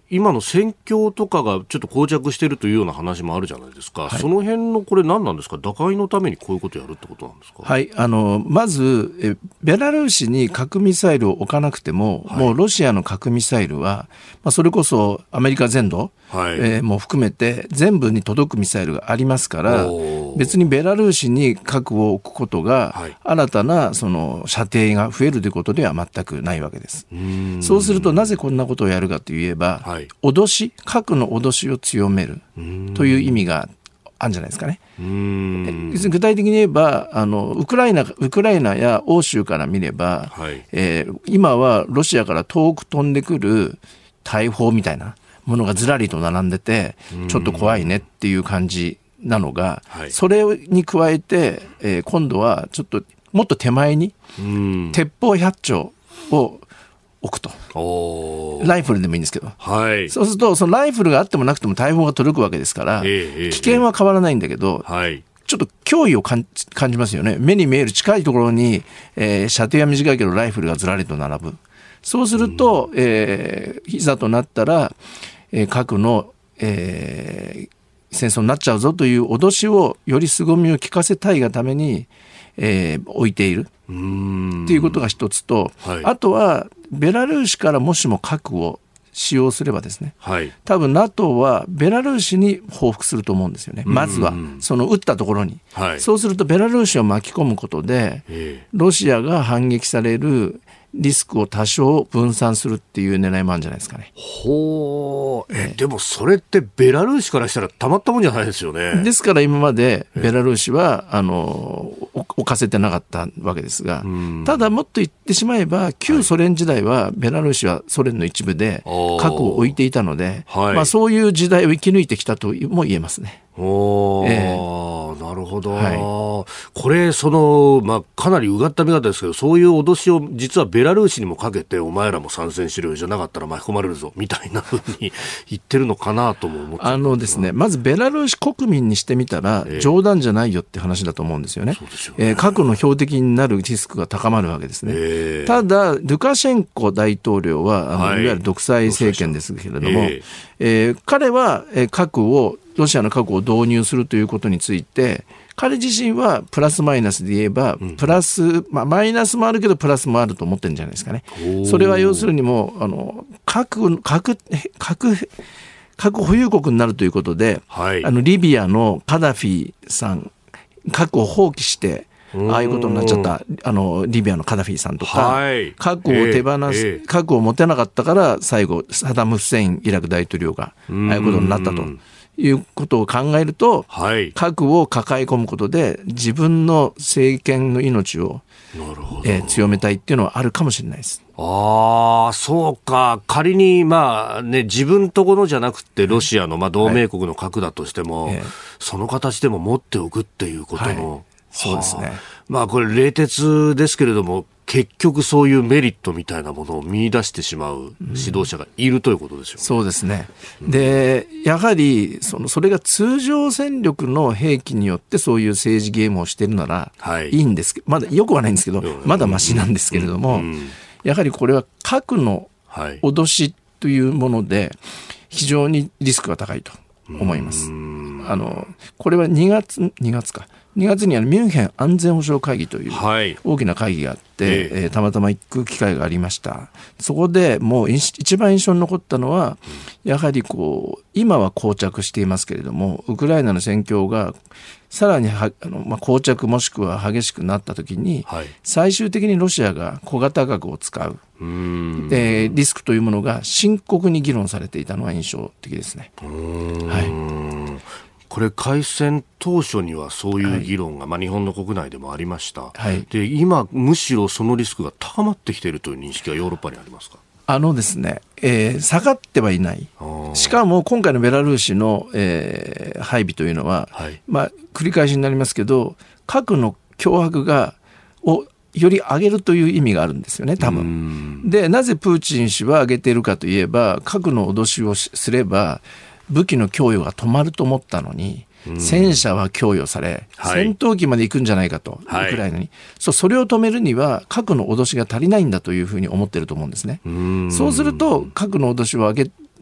今の戦況とかがちょっと膠着しているというような話もあるじゃないですか、はい、その辺のこれ何なんですか、打開のためにこういうことをやるってことなんですか。 はい、あのまずえベラルーシに核ミサイルを置かなくても、はい、もうロシアの核ミサイルは、まあ、それこそアメリカ全土、はいえー、も含めて全部に届くミサイルがありますから、別にベラルーシに核を置くことが、はい、新たなその射程が増えるということでは全くないわけです。うーんそうするとなぜこんなことをやるかといえば、はい、脅し核の脅しを強めるという意味があるんじゃないですかね。うーん具体的に言えばあのウクライナウクライナや欧州から見れば、はいえー、今はロシアから遠く飛んでくる大砲みたいなものがずらりと並んでてちょっと怖いねっていう感じなのが、はい、それに加えて、えー、今度はちょっともっと手前に鉄砲ひゃっ丁を置くと、ライフルでもいいんですけど、はい、そうするとそのライフルがあってもなくても大砲が届くわけですから、えー、危険は変わらないんだけど、えーはい、ちょっと脅威を感じ、感じますよね。目に見える近いところに、えー、射程は短いけどライフルがずらりと並ぶ。そうすると、えー、いざとなったら、えー、核の、えー戦争になっちゃうぞという脅しをより凄みを聞かせたいがために、えー、置いているということが一つと、はい、あとはベラルーシからもしも核を使用すればですね、はい、多分 NATO はベラルーシに報復すると思うんですよね。まずはその撃ったところに、はい、そうするとベラルーシを巻き込むことでロシアが反撃されるリスクを多少分散するっていう狙いもあるんじゃないですかね。 ほーえでもそれってベラルーシからしたらたまったもんじゃないですよね。 ですから今までベラルーシはあの置かせてなかったわけですが、ただもっと言ってしまえば旧ソ連時代はベラルーシはソ連の一部で核を置いていたので、はいまあ、そういう時代を生き抜いてきたとも言えますね。 おえー、なるほど、はい、これその、まあ、かなりうがった見方ですけど、そういう脅しを実はベラルーシにもかけてお前らも参戦しろよ、じゃなかったら巻き込まれるぞみたいなふうに言ってるのかなとも思ってあのですね、まずベラルーシ国民にしてみたら、えー、冗談じゃないよって話だと思うんですよね。そうですよね、えー、核の標的になるリスクが高まるわけですね、えー、ただルカシェンコ大統領はあの、はい、いわゆる独裁政権ですけれども、えーえー、彼は、えー、核をロシアの核を導入するということについて彼自身はプラスマイナスで言えばプラス、まあ、マイナスもあるけどプラスもあると思ってるんじゃないですかね。それは要するにもうあの核核核核保有国になるということで、はい、あのリビアのカダフィさん核を放棄してああいうことになっちゃったあのリビアのカダフィさんとか、はい、核を手放す、えーえー、核を持てなかったから最後サダム・フセインイラク大統領がああいうことになったということを考えると、はい、核を抱え込むことで自分の政権の命を、えー、強めたいっていうのはあるかもしれないです。 ああ、そうか。仮に、まあね、自分とこのじゃなくてロシアの、まあ、同盟国の核だとしても、はい、その形でも持っておくっていうことの、はい、 そうですね。 まあこれ冷徹ですけれども、結局そういうメリットみたいなものを見出してしまう指導者がいるということでしょう、ねうん、 そうですね。で、やはりそのそれが通常戦力の兵器によってそういう政治ゲームをしているならいいんですけど、はい、まだよくはないんですけど、まだマシなんですけれども、うんうん、やはりこれは核の脅しというもので非常にリスクが高いと思います。あのこれはにがつにがつかにがつにあのミュンヘン安全保障会議という大きな会議があって、はいえー、たまたま行く機会がありました。そこでもう一番印象に残ったのは、やはりこう今は膠着していますけれども、ウクライナの戦況がさらにはあの、まあ、膠着もしくは激しくなったときに、はい、最終的にロシアが小型核を使ううーんでリスクというものが深刻に議論されていたのは印象的ですね。うーん、 はい、これ開戦当初にはそういう議論が、はいまあ、日本の国内でもありました、はい、で今むしろそのリスクが高まってきているという認識はヨーロッパにありますか？ あのですね、えー、下がってはいない。しかも今回のベラルーシの、えー、配備というのは、はいまあ、繰り返しになりますけど、核の脅迫がをより上げるという意味があるんですよね、多分。で、なぜプーチン氏は上げているかといえば、核の脅しをすれば武器の供与が止まると思ったのに、戦車は供与され、はい、戦闘機まで行くんじゃないかと、はい、ウクライナに そ, それを止めるには核の脅しが足りないんだというふうに思っていると思うんですね。うそうすると核の脅しを上げ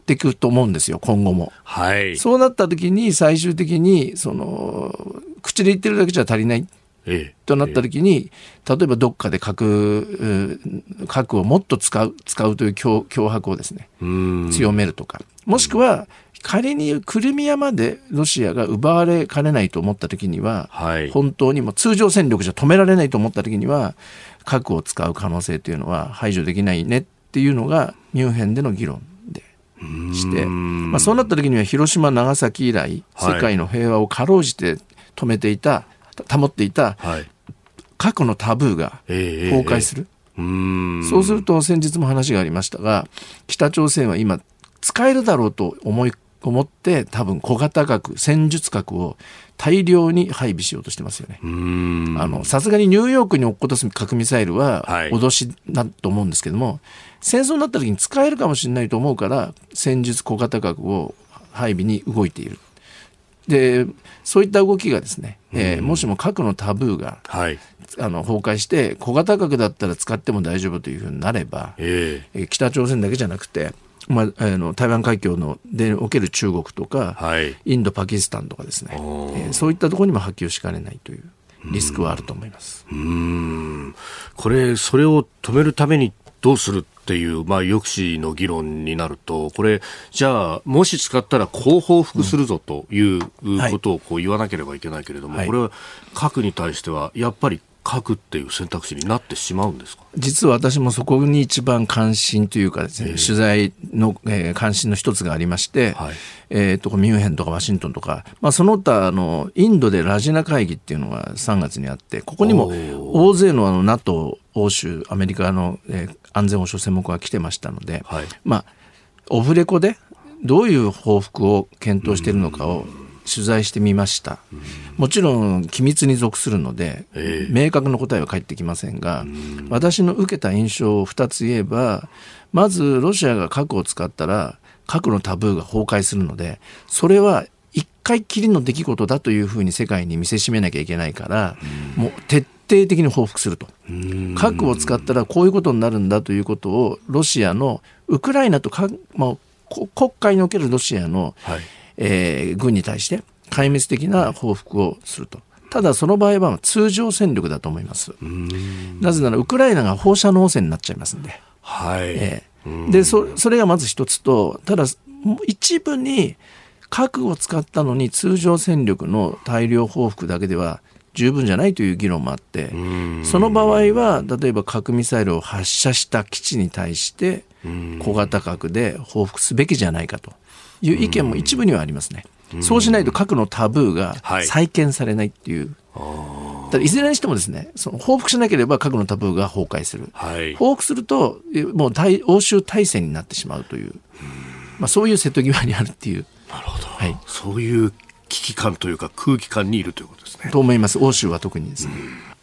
っていくと思うんですよ、今後も。 はい、 そうなった時に最終的にその口で言ってるだけじゃ足りない。ええ、となった時に、例えばどっかで核、核をもっと使う、使うという脅、脅迫をですね、強めるとか、もしくは仮にクリミアまでロシアが奪われかねないと思った時には、はい、本当にもう通常戦力じゃ止められないと思った時には核を使う可能性というのは排除できないねっていうのがミュンヘンでの議論でして、まあ、そうなった時には広島長崎以来世界の平和をかろうじて止めていた、保っていた過去のタブーが崩壊する、えーえー、うーんそうすると先日も話がありましたが、北朝鮮は今使えるだろうと思い思って多分小型核、戦術核を大量に配備しようとしてますよね。うーんあのさすがにニューヨークに落っことす核ミサイルは脅しだと思うんですけども、はい、戦争になった時に使えるかもしれないと思うから戦術小型核を配備に動いている。でそういった動きがですね、えー、もしも核のタブーが、はい、あの崩壊して小型核だったら使っても大丈夫というふうになれば、えーえー、北朝鮮だけじゃなくて、まあ、あの台湾海峡のでおける中国とか、はい、インドパキスタンとかですね、えー、そういったところにも波及しかねないというリスクはあると思います。 うーんこれそれを止めるためにどうするっていう、まあ、抑止の議論になると、これじゃあもし使ったらこう報復するぞということをこう言わなければいけないけれども、はい、これは核に対してはやっぱり核っていう選択肢になってしまうんですか？ 実は私もそこに一番関心というかですね、えー、取材の、えー、関心の一つがありまして、はいえー、とミュンヘンとかワシントンとか、まあ、その他あのインドでラジナ会議っていうのがさんがつにあって、ここにも大勢のあの NATO、欧州、アメリカの、えー、安全保障専門家が来てましたので、はいまあ、オフレコでどういう報復を検討しているのかを取材してみました。もちろん機密に属するので、えー、明確な答えは返ってきませんが、私の受けた印象をふたつ言えば、まずロシアが核を使ったら核のタブーが崩壊するので、それは一回きりの出来事だというふうに世界に見せしめなきゃいけないから、もう徹底的に報復すると。核を使ったらこういうことになるんだということをロシアのウクライナとか、まあ、国会におけるロシアの、はいえー、軍に対して壊滅的な報復をすると。ただその場合は通常戦力だと思います。なぜならウクライナが放射能汚染になっちゃいますんで、はいえー、で そ, それがまず一つと、ただ一部に核を使ったのに通常戦力の大量報復だけでは十分じゃないという議論もあって、その場合は例えば核ミサイルを発射した基地に対して小型核で報復すべきじゃないかという意見も一部にはありますね。そうしないと核のタブーが再建されないっていう、はい、ただいずれにしてもですね、その報復しなければ核のタブーが崩壊する、はい、報復するともう欧州大戦になってしまうという、まあ、そういう瀬戸際にあるっていう。 なるほど、はい、そういう危機感というか空気感にいるということですね。 と思います。欧州は特にですね。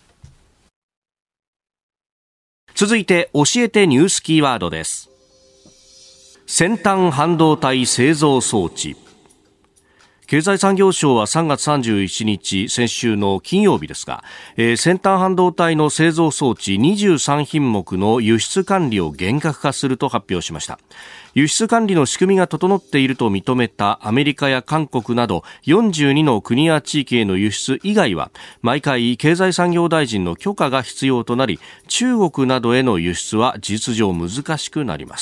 続いて教えてニュースキーワードです。先端半導体製造装置。経済産業省はさんがつさんじゅういちにち、先週の金曜日ですが、えー、先端半導体の製造装置にじゅうさんひんもくの輸出管理を厳格化すると発表しました。輸出管理の仕組みが整っていると認めたアメリカや韓国などよんじゅうにの国や地域への輸出以外は毎回経済産業大臣の許可が必要となり、中国などへの輸出は事実上難しくなります。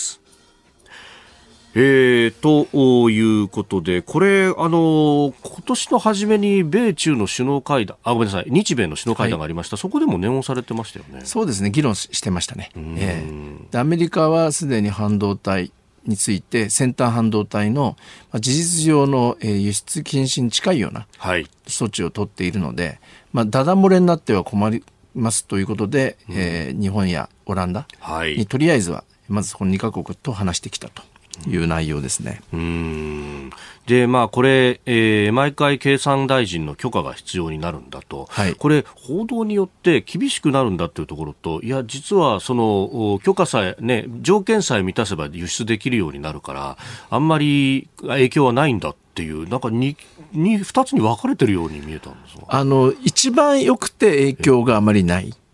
えー、ということで、これ、あの、今年の初めに米中の首脳会談、あ、ごめんなさい、日米の首脳会談がありました。はい、そこでも念をされてましたよね。 そうですね、議論してましたね。えー、でアメリカはすでに半導体について、先端半導体の事実上の輸出禁止に近いような措置を取っているので、はい、まあ、ダダ漏れになっては困りますということで、うん、えー、日本やオランダにとりあえずは、まずこのにかこくと話してきたという内容ですね。 うーんで、まあ、これ、えー、毎回経産大臣の許可が必要になるんだと、はい、これ報道によって厳しくなるんだというところと、いや実はその許可さえ、ね、条件さえ満たせば輸出できるようになるからあんまり影響はないんだっていう、なんか 2, 2, ふたつに分かれてるように見えたんですが、 あの一番よくて影響があまりない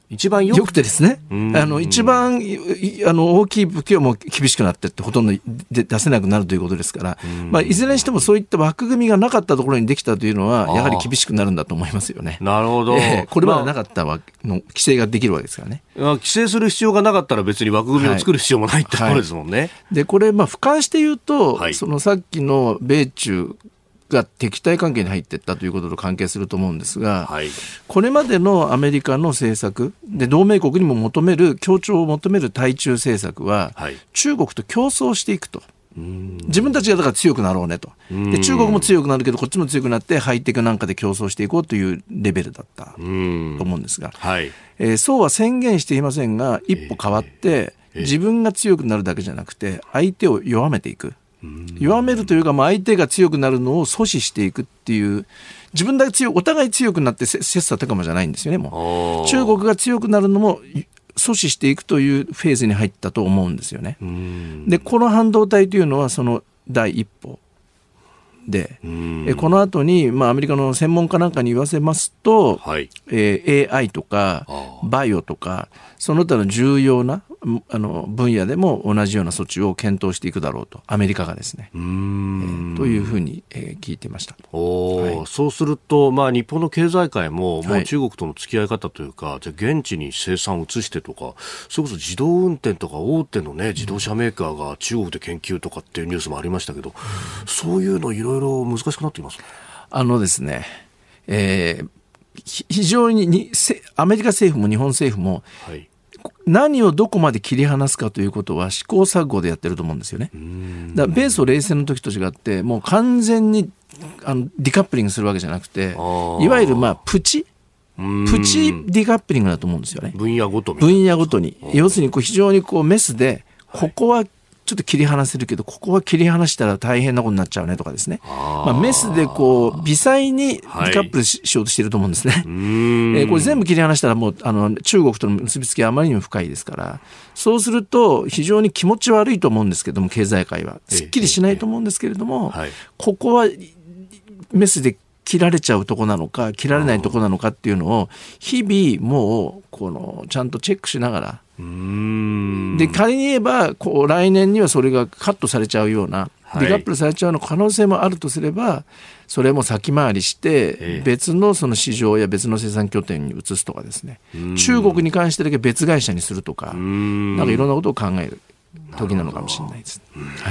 一番よくてですね、あの一番あの大きい武器はもう厳しくなってってほとんどで出せなくなるということですから、まあ、いずれにしてもそういった枠組みがなかったところにできたというのはやはり厳しくなるんだと思いますよね。 なるほど、 えー、これまでなかったわの規制ができるわけですからね。 規制する必要がなかったら別に枠組みを作る必要もないってところですもんね。はいはい、 でこれまあ俯瞰して言うと、 はい、 そのさっきの米中が敵対関係に入っていったということと関係すると思うんですが、はい、これまでのアメリカの政策で同盟国にも求める協調を求める対中政策は、はい、中国と競争していくと。自分たちがだから強くなろうねと。で中国も強くなるけどこっちも強くなってハイテクなんかで競争していこうというレベルだったと思うんですが、はいえー、そうは宣言していませんが一歩変わって自分が強くなるだけじゃなくて相手を弱めていく。弱めるというか、まあ、相手が強くなるのを阻止していくっていう自分だけ強お互い強くなって切磋琢磨じゃないんですよね。もう中国が強くなるのも阻止していくというフェーズに入ったと思うんですよね。でこの半導体というのはその第一歩でえこの後に、まあ、アメリカの専門家なんかに言わせますと、はいえー、エーアイ とかバイオとかその他の重要なあの分野でも同じような措置を検討していくだろうとアメリカがですね、うーん、えー、というふうに、えー、聞いてました。 お、はい、そうすると、まあ、日本の経済界も、もう中国との付き合い方というか、はい、じゃあ現地に生産を移してとかそれこそ自動運転とか大手の、ね、自動車メーカーが中国で研究とかっていうニュースもありましたけど、うん、そういうのいろいろ難しくなっていますね。 あのですね、えー、非常ににアメリカ政府も日本政府も、はい何をどこまで切り離すかということは試行錯誤でやってると思うんですよね。だから米ソ冷戦の時と違ってもう完全にあのディカップリングするわけじゃなくていわゆるまあプチプチディカップリングだと思うんですよね。 分野ごとに分野ごとに要するにこう非常にこうメスでここはちょっと切り離せるけどここは切り離したら大変なことになっちゃうねとかですね。あ、まあ、メスでこう微細にディカップル し,、はい、しようとしていると思うんですね。うーん、えー、これ全部切り離したらもうあの中国との結びつきはあまりにも深いですからそうすると非常に気持ち悪いと思うんですけども経済界はすっきりしないと思うんですけれども、えーえーはい、ここはメスで切られちゃうとこなのか切られないとこなのかっていうのを日々もうこのちゃんとチェックしながらうーんで仮に言えばこう来年にはそれがカットされちゃうような、はい、ディカップルされちゃうの可能性もあるとすればそれも先回りして別のその市場や別の生産拠点に移すとかですね中国に関してだけ別会社にするとかなんかいろんなことを考える時なのかもしれないです、はい。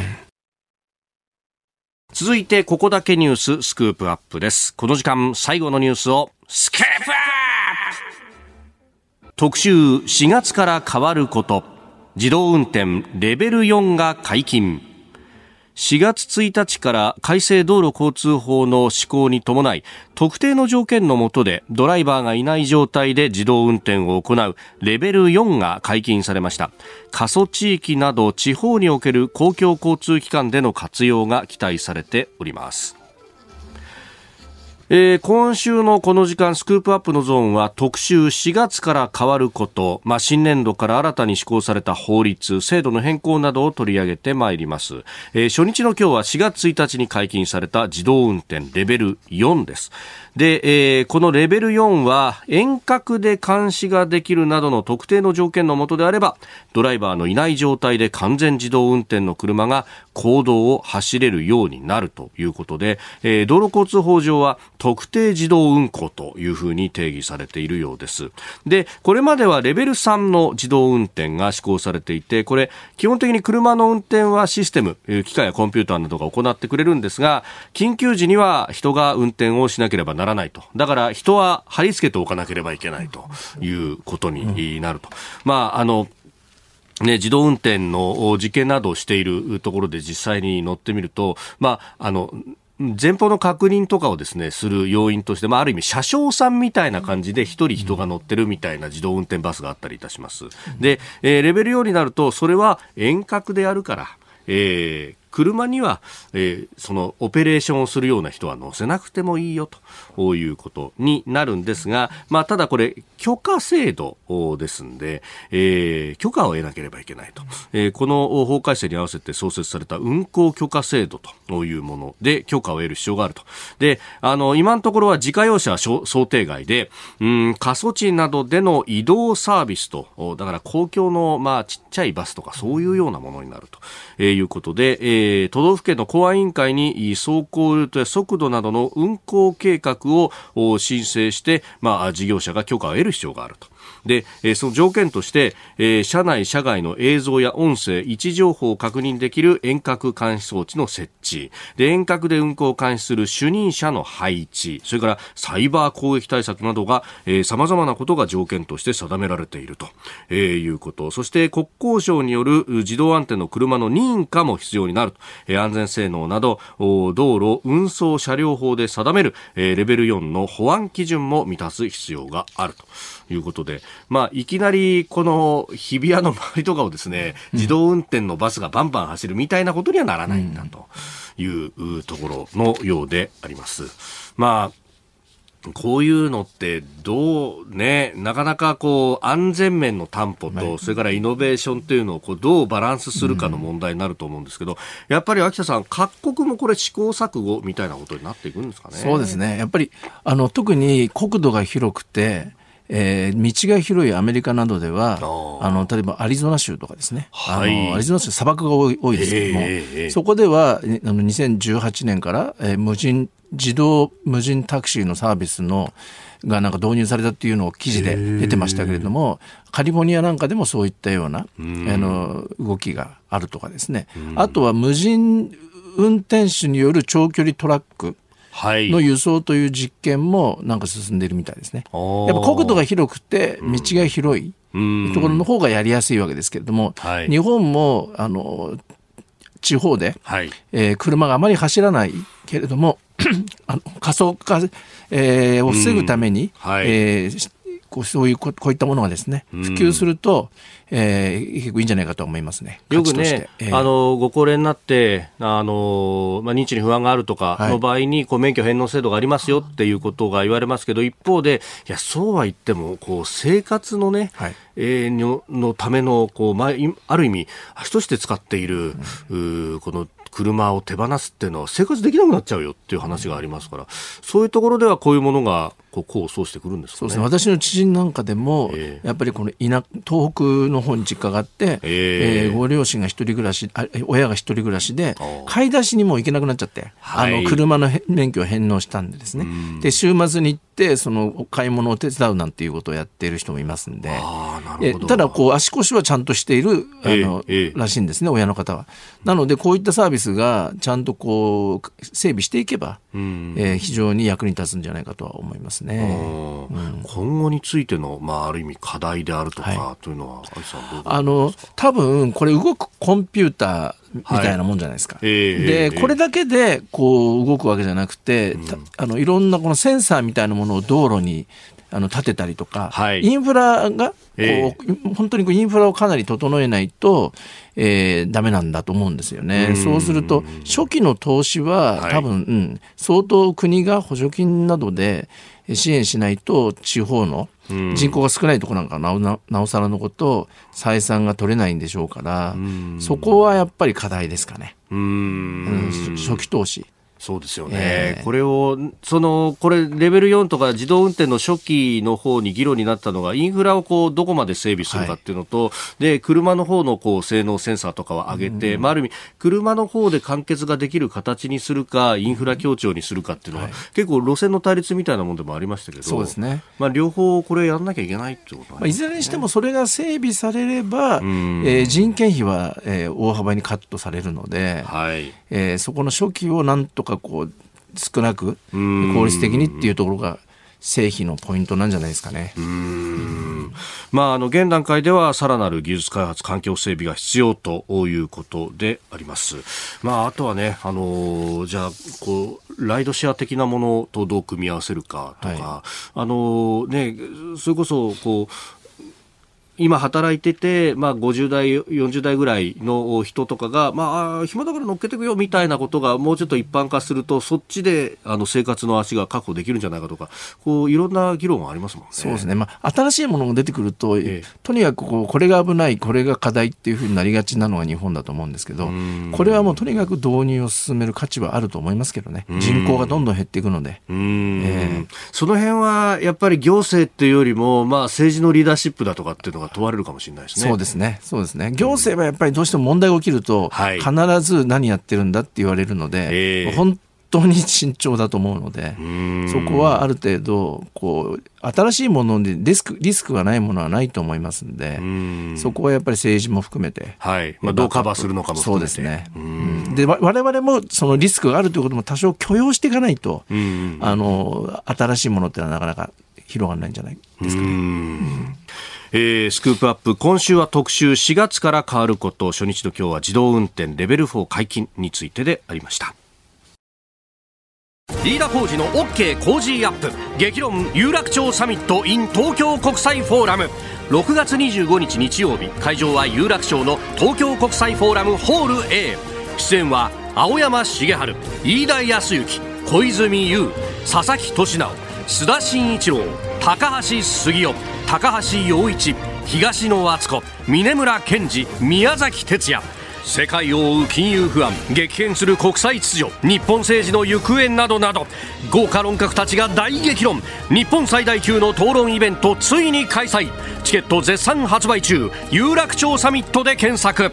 続いてここだけニューススクープアップです。この時間最後のニュースをスクープアップ特集しがつから変わること自動運転レベルよんが解禁。しがつついたちから改正道路交通法の施行に伴い特定の条件の下でドライバーがいない状態で自動運転を行うレベルよんが解禁されました。過疎地域など地方における公共交通機関での活用が期待されております。えー、今週のこの時間スクープアップのゾーンは特集しがつから変わること、まあ、新年度から新たに施行された法律制度の変更などを取り上げてまいります。えー、初日の今日はしがつついたちに解禁された自動運転レベルよんです。で、えー、このレベルよんは遠隔で監視ができるなどの特定の条件の下であればドライバーのいない状態で完全自動運転の車が公道を走れるようになるということで、えー、道路交通法上は特定自動運行というふうに定義されているようです。で、これまではレベルさんの自動運転が施行されていて、これ基本的に車の運転はシステム、機械やコンピューターなどが行ってくれるんですが、緊急時には人が運転をしなければならないと。だから人は貼り付けておかなければいけないということになると。まあ、あのね、自動運転の実験などをしているところで実際に乗ってみると、まあ、あの前方の確認とかをですねする要因として、まあ、ある意味車掌さんみたいな感じで一人人が乗ってるみたいな自動運転バスがあったりいたします。で、えー、レベルよんになるとそれは遠隔でやるから、えー車には、えー、そのオペレーションをするような人は乗せなくてもいいよということになるんですが、まあ、ただこれ許可制度ですんで、えー、許可を得なければいけないと、えー、この法改正に合わせて創設された運行許可制度というもので許可を得る必要があると。で、あの今のところは自家用車は想定外で、うん、過疎地などでの移動サービスと、だから公共の、まあ、ちっちゃいバスとかそういうようなものになると、えー、いうことで、えー、都道府県の公安委員会に走行ルートや速度などの運行計画を申請して、まあ、事業者が許可を得る必要があると。で、えー、その条件として、えー、車内車外の映像や音声位置情報を確認できる遠隔監視装置の設置で、遠隔で運行を監視する主任者の配置、それからサイバー攻撃対策などが、えー、様々なことが条件として定められていると、えー、いうこと。そして国交省による自動運転の車の認可も必要になると、えー、安全性能など道路運送車両法で定める、えー、レベルよんの保安基準も満たす必要があるということで、まあ、いきなりこの日比谷の周りとかをですね、自動運転のバスがバンバン走るみたいなことにはならないんだというところのようであります。まあ、こういうのってどうね、なかなかこう安全面の担保と、それからイノベーションというのをこうどうバランスするかの問題になると思うんですけど、やっぱり秋田さん、各国もこれ試行錯誤みたいなことになっていくんですかね。 そうですね。やっぱりあの特に国土が広くて、えー、道が広いアメリカなどでは、あの例えばアリゾナ州とかですね、はい、あのアリゾナ州砂漠が多い、多いですけども、えー、そこではあのにせんじゅうはちねんから、えー、無人自動無人タクシーのサービスのがなんか導入されたっていうのを記事で出てましたけれども、カリフォルニアなんかでもそういったような、あの動きがあるとかですね。あとは無人運転手による長距離トラックの輸送という実験もなんか進んでいるみたいですね。やっぱ国土が広くて道が広いところの方がやりやすいわけですけれども、はい、日本もあの地方で、はいえー、車があまり走らないけれどもあの過疎化、えー、を防ぐために、はいえー、こうそういうこういったものがですね普及すると、えー、結構いいんじゃないかと思いますね。 よくね、えー、あのご高齢になってあの、まあ、認知に不安があるとかの場合に、はい、こう免許返納制度がありますよっていうことが言われますけど、一方でいやそうは言ってもこう生活のね、はいえー、の, のためのこう、まあ、ある意味足として使っている、うん、この車を手放すっていうのは生活できなくなっちゃうよっていう話がありますから、そういうところではこういうものがこう功を奏してくるんですかね。 そうですね。私の知人なんかでも、えー、やっぱりこの田東北の方に実家があって、えーえー、ご両親が一人暮らしあ親が一人暮らしで買い出しにも行けなくなっちゃって、はい、あの車の免許を返納したんでですね、で週末に行ってその買い物を手伝うなんていうことをやっている人もいますんで、あなるほど。ただこう足腰はちゃんとしているあの、えー、らしいんですね、親の方は。なのでこういったサービスがちゃんとこう整備していけば、うんえー、非常に役に立つんじゃないかとは思いますね。 うん、今後についての、まあ、ある意味課題であるとか、はい、というのは有さんどうですか。 あの多分これ動くコンピューターみたいなもんじゃないですか、はいえー、で、えー、これだけでこう動くわけじゃなくて、うん、あのいろんなこのセンサーみたいなものを道路にあの立てたりとか、はい、インフラがこう、えー、本当にこうインフラをかなり整えないと、えー、ダメなんだと思うんですよね。うそうすると初期の投資は多分、はいうん、相当国が補助金などで支援しないと地方の人口が少ないところなんかなおな、なおさらのこと採算が取れないんでしょうから、そこはやっぱり課題ですかね。うーん初期投資。 そうですよね、えー、これをそのこれレベルよんとか自動運転の初期の方に議論になったのがインフラをこうどこまで整備するかっていうのと、はい、で車の方のこう性能センサーとかを上げて、うんまあ、ある意味車の方で完結ができる形にするかインフラ強調にするかっていうのは、はい、結構路線の対立みたいなものでもありましたけど、 そうですね、 まあ、両方これやらなきゃいけないってことなんですね。 まあ、いずれにしてもそれが整備されれば、うんえー、人件費は、えー、大幅にカットされるので、はいえー、そこの初期をなんとかこう少なく効率的にっていうところが製品のポイントなんじゃないですかね。うーん、 まあ、あの現段階ではさらなる技術開発環境整備が必要ということであります。まあ、あとはね、あのじゃあこうライドシェア的なものとどう組み合わせるかとか、はい、あのね、それこそこう今働いてて、まあ、ごじゅう代よんじゅう代ぐらいの人とかが、まあ、暇だから乗っけていくよみたいなことがもうちょっと一般化すると、そっちであの生活の足が確保できるんじゃないかとか、こういろんな議論がありますもんね。 そうですね、まあ、新しいものが出てくると、ええ、とにかくこうこれが危ない、これが課題っていうふうになりがちなのが日本だと思うんですけど、これはもうとにかく導入を進める価値はあると思いますけどね。人口がどんどん減っていくので、 うーん、えー、その辺はやっぱり行政っていうよりも、まあ、政治のリーダーシップだとかっていうのが問われるかもしれないですね。 そうですね、そうですね。行政はやっぱりどうしても問題が起きると、はい、必ず何やってるんだって言われるので、えー、本当に慎重だと思うので、そこはある程度こう新しいものでリスク、リスクがないものはないと思いますので、んそこはやっぱり政治も含めて、 はい、まあ、どうカバーするのかも含めて。 そうですね。うんで我々もそのリスクがあるということも多少許容していかないと、あの新しいものってのはなかなか広がらないんじゃないですかね。うんえー、スクープアップ、今週は特集しがつから変わること、初日の今日は自動運転レベルフォー解禁についてでありました。飯田浩司の OK 工事アップ、激論有楽町サミット in 東京国際フォーラム。ろくがつにじゅうごにち日曜日、会場は有楽町の東京国際フォーラムホール A。 出演は青山茂春、飯田康之、小泉悠、佐々木俊直、須田慎一郎、高橋杉雄、高橋陽一、東野敦子、峯村健二、宮崎哲也。世界を覆う金融不安、激変する国際秩序、日本政治の行方などなど、豪華論客たちが大激論。日本最大級の討論イベントついに開催。チケット絶賛発売中。有楽町サミットで検索。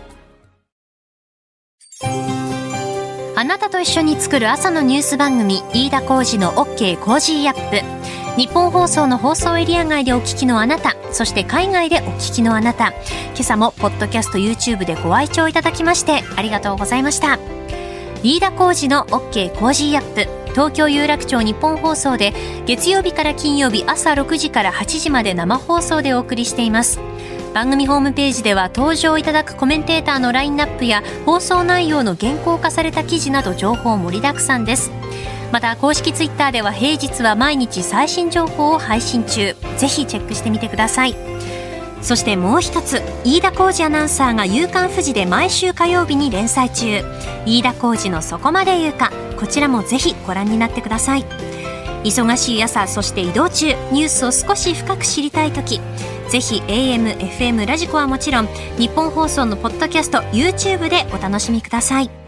あなたと一緒に作る朝のニュース番組、飯田浩司の OK コージーアップ。日本放送の放送エリア外でお聞きのあなた、そして海外でお聞きのあなた、今朝もポッドキャスト YouTube でご愛聴いただきましてありがとうございました。飯田浩司の OK コージーアップ、東京有楽町日本放送で月曜日から金曜日朝ろくじからはちじまで生放送でお送りしています。番組ホームページでは登場いただくコメンテーターのラインナップや放送内容の原稿化された記事など情報盛りだくさんです。また公式ツイッターでは平日は毎日最新情報を配信中、ぜひチェックしてみてください。そしてもう一つ、飯田浩司アナウンサーが夕刊フジで毎週火曜日に連載中、飯田浩司のそこまで言うか、こちらもぜひご覧になってください。忙しい朝、そして移動中、ニュースを少し深く知りたいとき、ぜひ エーエム、エフエム ラジコはもちろん日本放送のポッドキャスト YouTube でお楽しみください。